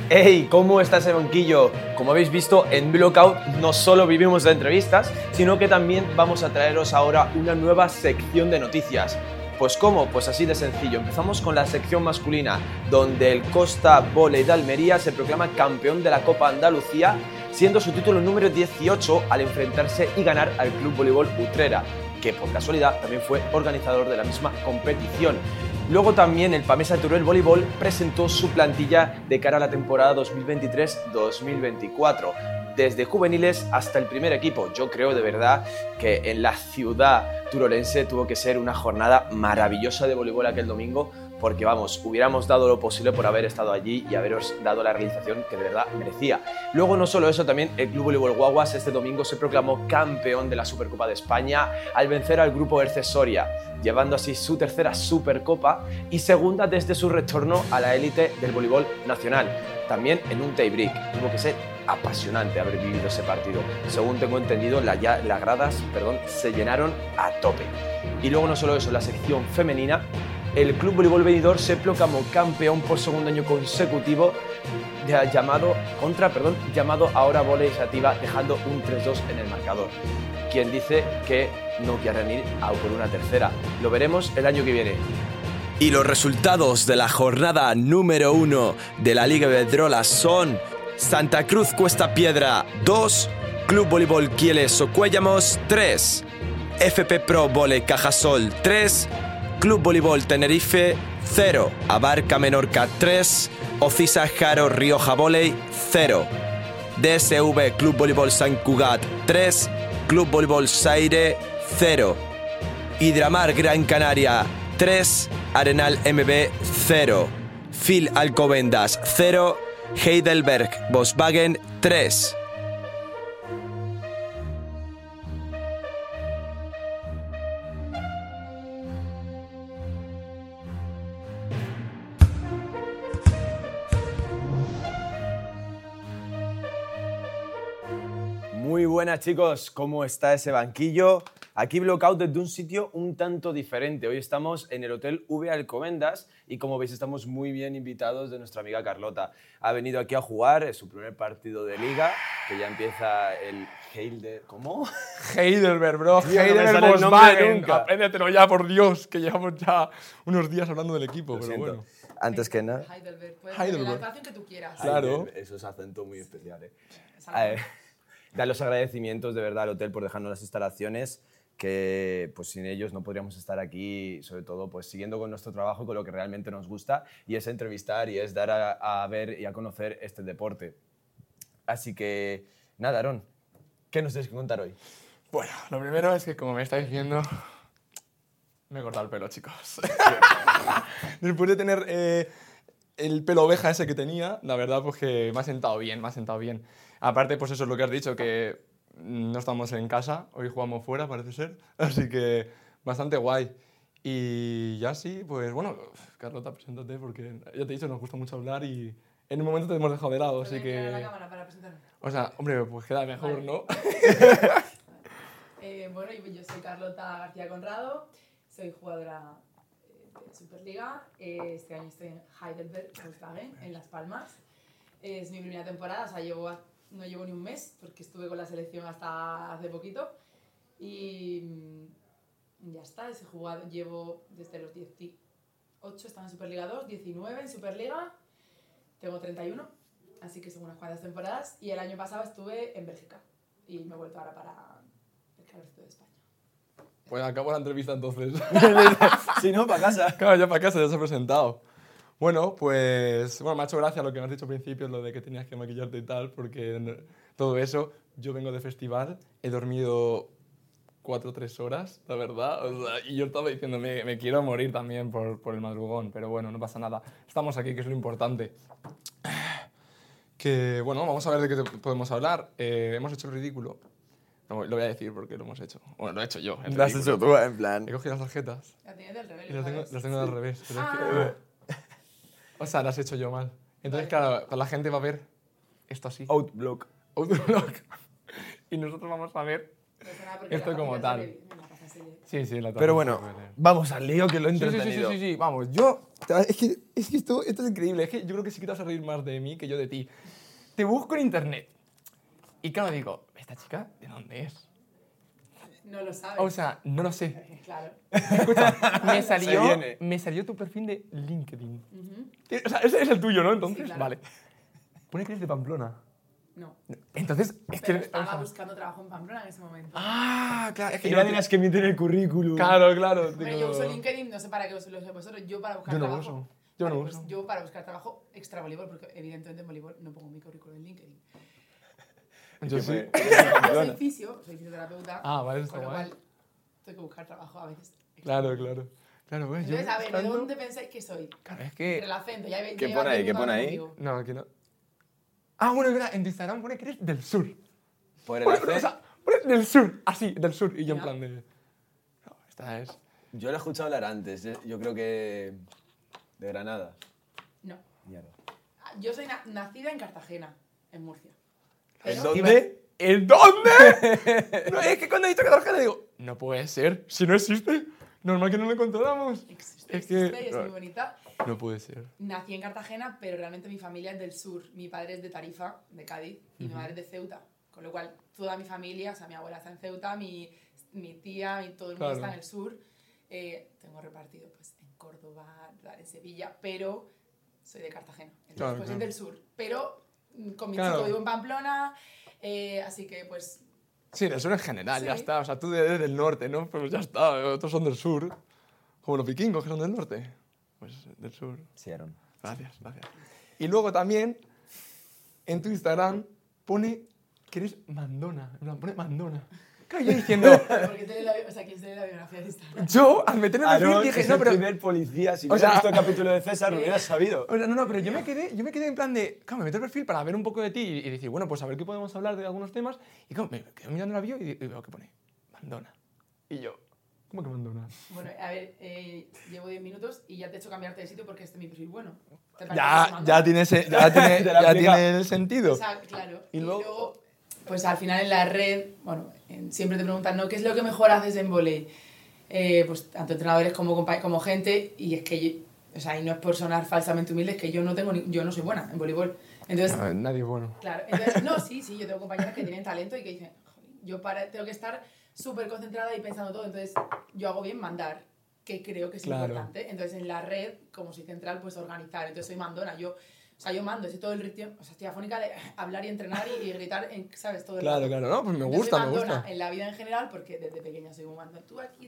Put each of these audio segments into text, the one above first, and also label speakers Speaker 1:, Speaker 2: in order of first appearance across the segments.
Speaker 1: ¡Hey! ¿Cómo está ese banquillo? Como habéis visto, en Blockout no solo vivimos de entrevistas, sino que también vamos a traeros ahora una nueva sección de noticias. Pues ¿cómo? Pues así de sencillo. Empezamos con la sección masculina, donde el Costa Volley de Almería se proclama campeón de la Copa Andalucía, siendo su título número 18 al enfrentarse y ganar al Club Voleibol Utrera, que por casualidad también fue organizador de la misma competición. Luego también el Pamesa Teruel Voleibol presentó su plantilla de cara a la temporada 2023-2024, desde juveniles hasta el primer equipo. Yo creo de verdad que en la ciudad turolense tuvo que ser una jornada maravillosa de voleibol aquel domingo, porque vamos, hubiéramos dado lo posible por haber estado allí y haberos dado la realización que de verdad merecía. Luego no solo eso, también el Club Voleibol Guaguas este domingo se proclamó campeón de la Supercopa de España al vencer al grupo Erce Soria, llevando así su tercera Supercopa y segunda desde su retorno a la élite del voleibol nacional, también en un tie-break. Tuvo que ser apasionante haber vivido ese partido. Según tengo entendido, las gradas se llenaron a tope. Y luego no solo eso, la sección femenina, el Club Voleibol Benidorm se proclamó campeón por segundo año consecutivo, llamado ahora Volley Sativa, dejando un 3-2 en el marcador. Quien dice que no quieren ir a por una tercera. Lo veremos el año que viene.
Speaker 2: Y los resultados de la jornada número 1 de la Liga Iberdrola son: Santa Cruz Cuesta Piedra 2, Club Voleibol Quieles Socuéllamos 3, FP Pro Volley Cajasol 3, Club Voleibol Tenerife 0, Abarca Menorca 3, Ocisa Jaro Rioja Volley 0, DSV Club Voleibol Sant Cugat 3, Club Voleibol Saire 0, Hidramar Gran Canaria 3, Arenal MB 0, Phil Alcobendas 0, Heidelberg Volkswagen 3.
Speaker 1: Muy buenas chicos, ¿cómo está ese banquillo? Aquí Blockout desde un sitio un tanto diferente. Hoy estamos en el Hotel V Alcobendas y como veis estamos muy bien invitados de nuestra amiga Carlota. Ha venido aquí a jugar, es su primer partido de liga, que ya empieza el ¿Cómo?
Speaker 3: Heidelberg, bro.
Speaker 1: Tío, no me
Speaker 3: Heidelberg
Speaker 1: sale el nombre
Speaker 3: Volkswagen.
Speaker 1: nunca.
Speaker 3: Apréndetelo ya, por Dios, que llevamos ya unos días hablando del equipo,
Speaker 1: Lo
Speaker 3: pero
Speaker 1: siento.
Speaker 3: bueno.
Speaker 1: Antes que nada,
Speaker 4: Heidelberg, puedes
Speaker 3: Heidelberg.
Speaker 4: la educación que tú quieras.
Speaker 3: Claro.
Speaker 1: eso es acento muy especial.
Speaker 4: Es algo.
Speaker 1: Dar los agradecimientos de verdad al hotel por dejarnos las instalaciones, que pues sin ellos no podríamos estar aquí, sobre todo pues siguiendo con nuestro trabajo, con lo que realmente nos gusta, y es entrevistar y es dar a ver y a conocer este deporte. Así que nada, Aarón, ¿qué nos tienes que contar hoy?
Speaker 3: Bueno, lo primero es que, como me estáis viendo, me he cortado el pelo, chicos. Después de tener el pelo oveja ese que tenía, la verdad pues que me ha sentado bien, me ha sentado bien. Aparte, pues eso es lo que has dicho, que no estamos en casa, hoy jugamos fuera, parece ser, así que bastante guay. Y ya sí, pues bueno, Carlota, preséntate, porque ya te he dicho, nos gusta mucho hablar y en un momento te hemos dejado de lado, así
Speaker 4: Voy a mirar a la
Speaker 3: que...
Speaker 4: cámara para presentarme.
Speaker 3: O sea, hombre, pues queda mejor,
Speaker 4: Vale.
Speaker 3: ¿no?
Speaker 4: Bueno, yo soy Carlota García Conrado, soy jugadora de Superliga. Este año estoy en Heidelberg Volkswagen, en Las Palmas. Es mi primera temporada, o sea, no llevo ni un mes, porque estuve con la selección hasta hace poquito. Y ya está, llevo desde los 18, estaba en Superliga 2, 19 en Superliga, tengo 31, así que son unas cuantas temporadas. Y el año pasado estuve en Bélgica y me he vuelto ahora para el resto de España.
Speaker 3: Pues acabo la entrevista entonces.
Speaker 1: Si no, para casa.
Speaker 3: Claro, ya para casa, ya se ha presentado. Bueno, pues me ha hecho gracia lo que me has dicho al principio, lo de que tenías que maquillarte y tal, porque todo eso, yo vengo de festival, he dormido 4 o 3 horas, la verdad, o sea, y yo estaba diciendo, me quiero morir también por el madrugón, pero bueno, no pasa nada. Estamos aquí, que es lo importante. Que, bueno, vamos a ver de qué podemos hablar. Hemos hecho el ridículo. No, lo voy a decir porque lo hemos hecho. Bueno, lo he hecho yo.
Speaker 1: Lo has hecho tú, en plan.
Speaker 3: He cogido las tarjetas
Speaker 4: La tienes del revés.
Speaker 3: y las tengo al revés. Pero es
Speaker 4: Ah.
Speaker 3: o sea, las he hecho yo mal. Entonces,
Speaker 4: Vale.
Speaker 3: claro, la gente va a ver esto así.
Speaker 1: Outlook.
Speaker 3: Outlook. Y nosotros vamos a ver
Speaker 4: No pasa nada porque
Speaker 3: esto
Speaker 4: la
Speaker 3: como
Speaker 4: página
Speaker 3: tal.
Speaker 4: se ve bien, la página serie.
Speaker 3: Sí, la
Speaker 1: Pero bueno, vamos al lío que lo he entretenido.
Speaker 3: Sí, vamos, es que esto es increíble, es que yo creo que sí que te vas a reír más de mí que yo de ti. Te busco en internet y claro, digo, ¿esta chica de dónde es?
Speaker 4: No lo sabes.
Speaker 3: O sea, no lo sé.
Speaker 4: Claro.
Speaker 3: Escucha,
Speaker 1: Se viene.
Speaker 3: me salió tu perfil de LinkedIn.
Speaker 4: Ujú.
Speaker 3: O sea, ese es el tuyo, ¿no? Entonces,
Speaker 4: Sí, claro.
Speaker 3: vale. Pone que eres de Pamplona.
Speaker 4: No.
Speaker 3: Entonces, es
Speaker 4: Pero
Speaker 3: que...
Speaker 4: estaba buscando trabajo en Pamplona en ese momento.
Speaker 3: Ah, claro, es que
Speaker 1: Y no digas que me tiene el currículum.
Speaker 3: Claro.
Speaker 4: Hombre, yo uso LinkedIn, no sé para qué lo uséis vosotros. Yo para buscar
Speaker 3: Yo no lo
Speaker 4: trabajo.
Speaker 3: uso. Yo no
Speaker 4: Vale,
Speaker 3: uso.
Speaker 4: pues yo para buscar trabajo extra voleibol, porque evidentemente en voleibol no pongo mi currículum en LinkedIn.
Speaker 3: Yo sí.
Speaker 4: Yo soy soy fisioterapeuta.
Speaker 3: Ah, vale, eso
Speaker 4: con
Speaker 3: está
Speaker 4: lo
Speaker 3: guay.
Speaker 4: cual tengo que buscar trabajo a veces.
Speaker 3: Claro. Claro, pues yo
Speaker 4: Entonces, a ver, ¿de
Speaker 3: buscando-
Speaker 4: dónde pensáis que soy?
Speaker 3: Claro, es
Speaker 4: Entre el
Speaker 3: que...
Speaker 4: acento, ya
Speaker 1: ¿Qué pone ahí? ¿Qué pone ahí?
Speaker 3: No, aquí no. Ah, bueno, es verdad, en tu Instagram pone que eres del sur.
Speaker 1: Por el
Speaker 3: Pone, o
Speaker 1: acento.
Speaker 3: sea, pone del sur, así, del sur. Y yo en
Speaker 4: Ya.
Speaker 3: plan de... No, esta es...
Speaker 1: Yo lo he escuchado hablar antes. Yo creo que de Granada.
Speaker 4: No.
Speaker 1: Mierda.
Speaker 4: Yo soy nacida en Cartagena, en Murcia.
Speaker 1: ¿En
Speaker 4: Pero-
Speaker 1: dónde?
Speaker 3: ¿En dónde? No, es que cuando he dicho Cartagena digo, no puede ser, si no existe, normal que no lo encontráramos.
Speaker 4: Existe,
Speaker 3: Es que-
Speaker 4: existe y es muy bonita.
Speaker 3: No puede ser.
Speaker 4: Nací en Cartagena, pero realmente mi familia es del sur. Mi padre es de Tarifa, de Cádiz, y mi madre es de Ceuta. Con lo cual, toda mi familia, o sea, mi abuela está en Ceuta, mi tía, todo el mundo
Speaker 3: Claro.
Speaker 4: está en el sur. Tengo repartido pues, en Córdoba, en Sevilla, pero soy de Cartagena. Entonces,
Speaker 3: Claro,
Speaker 4: pues
Speaker 3: claro.
Speaker 4: soy del sur. Pero con mi
Speaker 3: Claro.
Speaker 4: chico vivo en Pamplona, así que pues
Speaker 3: Sí, del sur en general, ya
Speaker 4: Sí.
Speaker 3: está. O sea, tú eres del norte, ¿no? Pues ya está, otros son del sur. Como los vikingos que son del norte. Pues del sur.
Speaker 1: Sí, Aaron.
Speaker 3: Gracias. Y luego también, en tu Instagram, pone que eres mandona. En plan, pone mandona. Claro, yo diciendo,
Speaker 4: porque ¿quién se lee la biografía de Instagram?
Speaker 3: yo al meterme en el perfil
Speaker 1: Aaron
Speaker 3: dije,
Speaker 1: es
Speaker 3: no,
Speaker 1: el
Speaker 3: pero...
Speaker 1: primer policía. Si
Speaker 3: O
Speaker 1: hubieras
Speaker 3: sea-
Speaker 1: visto el capítulo de César, lo hubieras sabido.
Speaker 3: O sea, no, pero yo me quedé en plan de, claro, me meto el perfil para ver un poco de ti y decir, bueno, pues a ver qué podemos hablar de algunos temas. Y claro, me quedo mirando la bio y veo que pone mandona. Y yo, ¿cómo que mandona?
Speaker 4: Bueno, a ver, llevo 10 minutos y ya te he hecho cambiarte de sitio porque este es mi perfil bueno. ¿Te parece que
Speaker 3: Ya,
Speaker 4: se manda?
Speaker 3: ya tiene,
Speaker 1: Te la
Speaker 3: ya
Speaker 1: aplica.
Speaker 3: tiene el sentido.
Speaker 4: O sea, claro.
Speaker 3: Y
Speaker 4: Y
Speaker 3: luego-
Speaker 4: luego, pues al final en la red, bueno, siempre te preguntan, ¿no? ¿Qué es lo que mejor haces en volei? Pues tanto entrenadores como gente, y es que yo, o sea, y no es por sonar falsamente humilde, es que yo no soy buena en voleibol. Entonces,
Speaker 3: Nadie es bueno.
Speaker 4: claro, entonces, no, sí, yo tengo compañeras que tienen talento y que dicen, "Joder, tengo que estar súper concentrada y pensando todo, entonces yo hago bien mandar, que creo que es
Speaker 3: Claro.
Speaker 4: importante. Entonces en la red, como soy central, pues organizar, entonces soy mandona, yo mando, estoy todo el ritmo, o sea, estoy afónica de hablar y entrenar y gritar, ¿sabes? Todo el rato.
Speaker 3: Claro, no, pues me
Speaker 4: Entonces,
Speaker 3: gusta,
Speaker 4: soy
Speaker 3: me
Speaker 4: mandona
Speaker 3: gusta.
Speaker 4: en la vida en general, porque desde pequeña soy muy mandona. Tú aquí,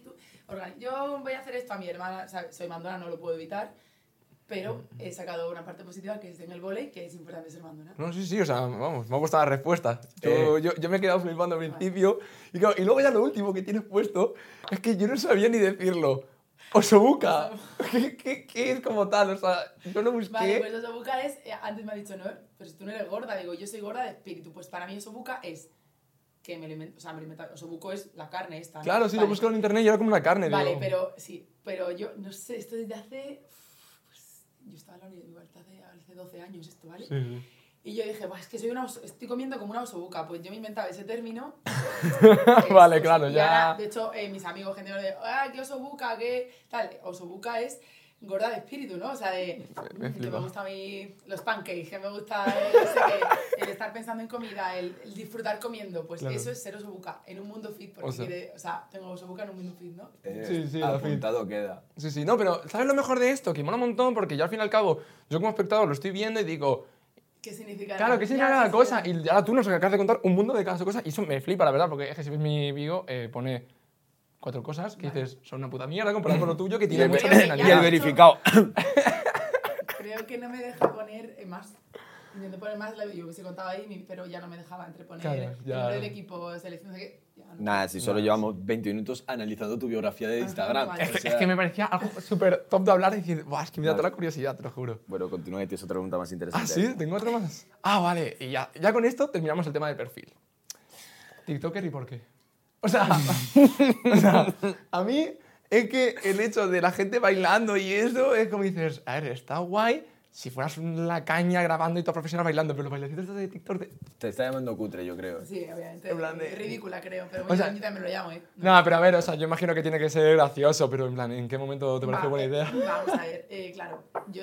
Speaker 4: yo voy a hacer esto a mi hermana, ¿sabes? Soy mandona, no lo puedo evitar, pero he sacado una parte positiva que es en el vóley, que es importante ser mandona.
Speaker 3: No, sí, o sea, vamos, me ha gustado la respuesta. Yo me he quedado flipando al principio. Y, claro, y luego ya lo último que tienes puesto es que yo no sabía ni decirlo. Osobuca. ¿Qué es como tal? O sea, yo lo busqué.
Speaker 4: Vale, pues osobuca es, antes me ha dicho, no, pero si tú no eres gorda, digo, yo soy gorda de espíritu, pues para mí osobuca es, que me lo invento, o sea, me lo invento, osobuco es la carne esta, ¿no?
Speaker 3: Claro, sí,
Speaker 4: Vale.
Speaker 3: lo busqué en internet y era como una carne.
Speaker 4: Vale,
Speaker 3: digo.
Speaker 4: pero sí, pero yo, no sé, esto desde hace, pues, yo estaba en la universidad hace 12 años esto, ¿vale?
Speaker 3: Sí.
Speaker 4: Y yo dije, pues es que estoy comiendo como una osobuca, pues yo me inventaba ese término.
Speaker 3: Vale, claro,
Speaker 4: y
Speaker 3: ya.
Speaker 4: ahora, de hecho, mis amigos, gente de, qué osobuca, qué tal, osobuca es gorda de espíritu, ¿no? O sea,
Speaker 3: Me
Speaker 4: que
Speaker 3: flipa.
Speaker 4: me gusta a mí los pancakes, que me gusta el estar pensando en comida, el disfrutar comiendo, pues
Speaker 3: Claro.
Speaker 4: eso es ser osobuca en un mundo fit, porque
Speaker 3: O sea-
Speaker 4: tengo osobuca en un mundo fit, ¿no?
Speaker 3: Sí, la fin.
Speaker 1: apuntado queda.
Speaker 3: Sí, no, pero ¿sabes lo mejor de esto? Que mola un montón porque yo al fin y al cabo, yo como espectador lo estoy viendo y digo,
Speaker 4: ¿Qué significa?
Speaker 3: claro, ¿qué significa cada cosa? Y ahora tú nos acabas de contar un mundo de cada cosa y eso me flipa, la verdad, porque es que si ves mi bio, pone 4 cosas que dices, son una puta mierda comparado con lo tuyo que tiene
Speaker 1: el
Speaker 3: mucha
Speaker 1: ver-
Speaker 3: originalidad.
Speaker 1: Y el verificado.
Speaker 4: Creo que no me deja poner más. Intenté poner más, yo hubiese contado ahí, pero ya no me dejaba entre poner
Speaker 3: Claro,
Speaker 4: el
Speaker 3: ya.
Speaker 4: nombre del equipo, selección, no sé qué. Ya no.
Speaker 1: Nada, si solo llevamos 20 minutos analizando tu biografía de Instagram.
Speaker 4: vale.
Speaker 1: o sea-
Speaker 3: Es que me parecía algo súper top de hablar y decir, Buah, es que me da toda la curiosidad, te lo juro.
Speaker 1: Bueno, continúa y tienes otra pregunta más
Speaker 3: Ah,
Speaker 1: interesante.
Speaker 3: sí, tengo otra más. Ah, vale, y ya con esto terminamos el tema del perfil. ¿TikToker y por qué? O sea, a mí es que el hecho de la gente bailando y eso es como dices, a ver, está guay si fueras la caña grabando y todo profesional bailando, pero los bailecitos de TikTok...
Speaker 1: Te está llamando cutre, yo creo.
Speaker 4: Sí, obviamente.
Speaker 3: En plan de-
Speaker 4: Ridícula, creo, pero
Speaker 3: O
Speaker 4: bueno,
Speaker 3: sea-
Speaker 4: yo también me lo llamo, ¿eh?
Speaker 3: No, pero a ver, o sea, yo imagino que tiene que ser gracioso, pero en plan, ¿en qué momento te parece buena idea?
Speaker 4: Vamos a ver, claro, yo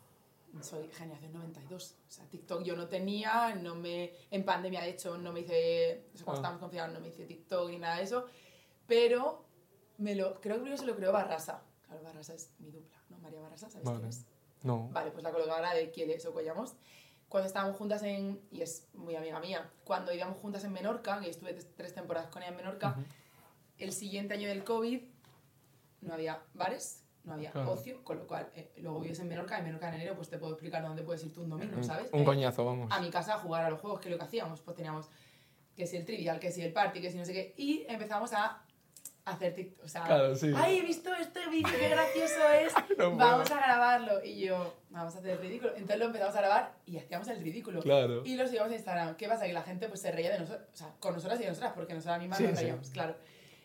Speaker 4: soy generación 92, o sea, TikTok yo no tenía, en pandemia de hecho no me hice, o sea, cuando estábamos confinados no me hice TikTok ni nada de eso, pero creo que primero se lo creó Barrasa. Claro, Barrasa es mi dupla, ¿no? María Barrasa, ¿sabes quién es?
Speaker 3: No.
Speaker 4: Vale, pues la colaboradora de Quieles o Collamos. Cuando estábamos juntas y es muy amiga mía, cuando íbamos juntas en Menorca, que estuve 3 temporadas con ella en Menorca, el siguiente año del COVID no había bares, no había ocio, con lo cual luego vives en Menorca en enero pues te puedo explicar dónde puedes ir tú un domingo, ¿sabes?
Speaker 3: Un coñazo, vamos.
Speaker 4: A mi casa a jugar a los juegos, que es lo que hacíamos, pues teníamos que si el trivial, que si el party, que si no sé qué, y empezamos a hacer TikTok, o sea,
Speaker 3: Claro, sí.
Speaker 4: ¡ay, he visto este vídeo, qué gracioso es!
Speaker 3: No
Speaker 4: Vamos a grabarlo. Y yo, vamos a hacer el ridículo. Entonces lo empezamos a grabar y hacíamos el ridículo.
Speaker 3: Claro.
Speaker 4: Y lo subíamos a Instagram. ¿Qué pasa? Que la gente pues se reía de nosotros, o sea, con nosotras y de nosotras, porque nosotras mismas nos reíamos, claro.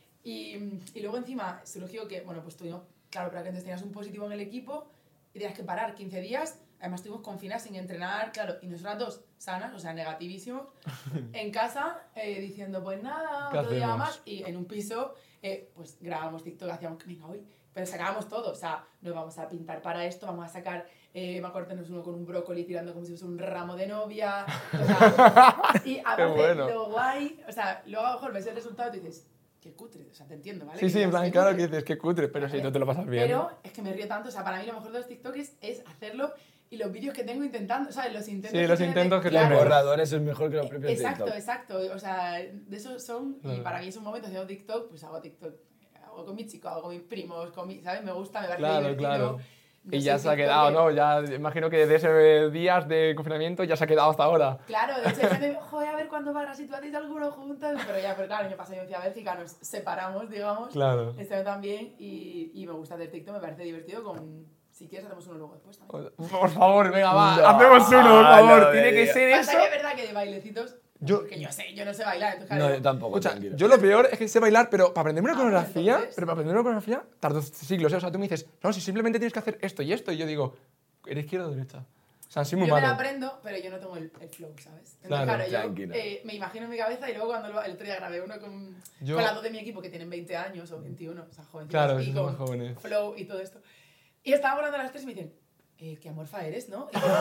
Speaker 4: Y luego encima surgió que, bueno, pues tuvimos, claro, pero que entonces tenías un positivo en el equipo y tenías que parar 15 días. Además estuvimos confinadas sin entrenar, claro, y nosotras dos sanas, o sea, negativísimos, en casa, diciendo, pues nada, otro día
Speaker 3: hacemos?
Speaker 4: más, y en un piso, pues grabábamos TikTok, hacíamos, venga, hoy, pero sacábamos todo, o sea, nos vamos a pintar para esto, vamos a sacar, me acuerdo tenernos uno con un brócoli tirando como si fuese un ramo de novia, o sea, y aparte,
Speaker 3: bueno.
Speaker 4: lo guay, o sea, luego a lo mejor ves el resultado y dices, qué cutre, o sea, te entiendo, ¿vale?
Speaker 3: Sí, sí,
Speaker 4: Que
Speaker 3: en
Speaker 4: digas,
Speaker 3: plan,
Speaker 4: qué
Speaker 3: claro
Speaker 4: cutre.
Speaker 3: que dices que cutre, pero si no te lo pasas bien.
Speaker 4: Pero es que me río tanto, o sea, para mí lo mejor de los TikToks es hacerlo y los vídeos que tengo intentando, ¿sabes? Los intentos.
Speaker 3: Sí, los intentos que
Speaker 1: Los
Speaker 3: tienes.
Speaker 1: borradores es mejor que los propios
Speaker 4: Exacto,
Speaker 1: TikTok.
Speaker 4: exacto. O sea, de esos son. Y
Speaker 3: Claro.
Speaker 4: para mí es un momento haciendo TikTok, pues hago TikTok. Hago con mi chico, hago con mis primos, ¿sabes? Me gusta, me parece
Speaker 3: Claro,
Speaker 4: divertido.
Speaker 3: claro.
Speaker 4: No
Speaker 3: Y ya
Speaker 4: soy
Speaker 3: se ha quedado,
Speaker 4: tiktoker.
Speaker 3: ¿no? Ya imagino que de esos días de confinamiento ya se ha quedado hasta ahora.
Speaker 4: Claro, de hecho, hay gente, joder, a ver cuándo van, si tú hacéis alguno juntos. Pero ya, pero claro, el año pasado yo fui a Bélgica, nos separamos, digamos.
Speaker 3: Claro.
Speaker 4: Este año también. Y me gusta hacer TikTok, me parece divertido. Si quieres, hacemos uno luego después también.
Speaker 3: Por favor, venga, va.
Speaker 1: No,
Speaker 3: hacemos uno, por favor.
Speaker 1: no
Speaker 3: Tiene
Speaker 1: me
Speaker 3: que
Speaker 1: digas.
Speaker 3: ser eso.
Speaker 4: Pasa que es verdad que de bailecitos.
Speaker 3: Yo-
Speaker 4: Porque yo no sé bailar, entonces
Speaker 1: No,
Speaker 4: claro.
Speaker 1: yo tampoco,
Speaker 3: Escucha,
Speaker 1: tranquilo.
Speaker 3: yo lo peor es que sé bailar, pero para aprenderme una
Speaker 4: Ah,
Speaker 3: coreografía,
Speaker 4: entonces.
Speaker 3: tardo siglos, ¿eh? O sea, tú me dices, no, si simplemente tienes que hacer esto y esto, y yo digo, ¿eres izquierda o derecha? O sea, soy muy
Speaker 4: Yo me
Speaker 3: malo.
Speaker 4: la aprendo, pero yo no tengo el flow, ¿sabes? Entonces,
Speaker 3: Claro,
Speaker 4: claro, yo
Speaker 1: tranquila.
Speaker 4: me imagino en mi cabeza y luego cuando el otro día grabé uno con las dos de mi equipo que tienen 20 años o 21, o sea, jovencitos,
Speaker 3: Claro,
Speaker 4: y
Speaker 3: son
Speaker 4: con
Speaker 3: más jóvenes.
Speaker 4: flow y todo esto. Y estábamos hablando las tres y me dicen, qué amorfa eres, ¿no? Y yo,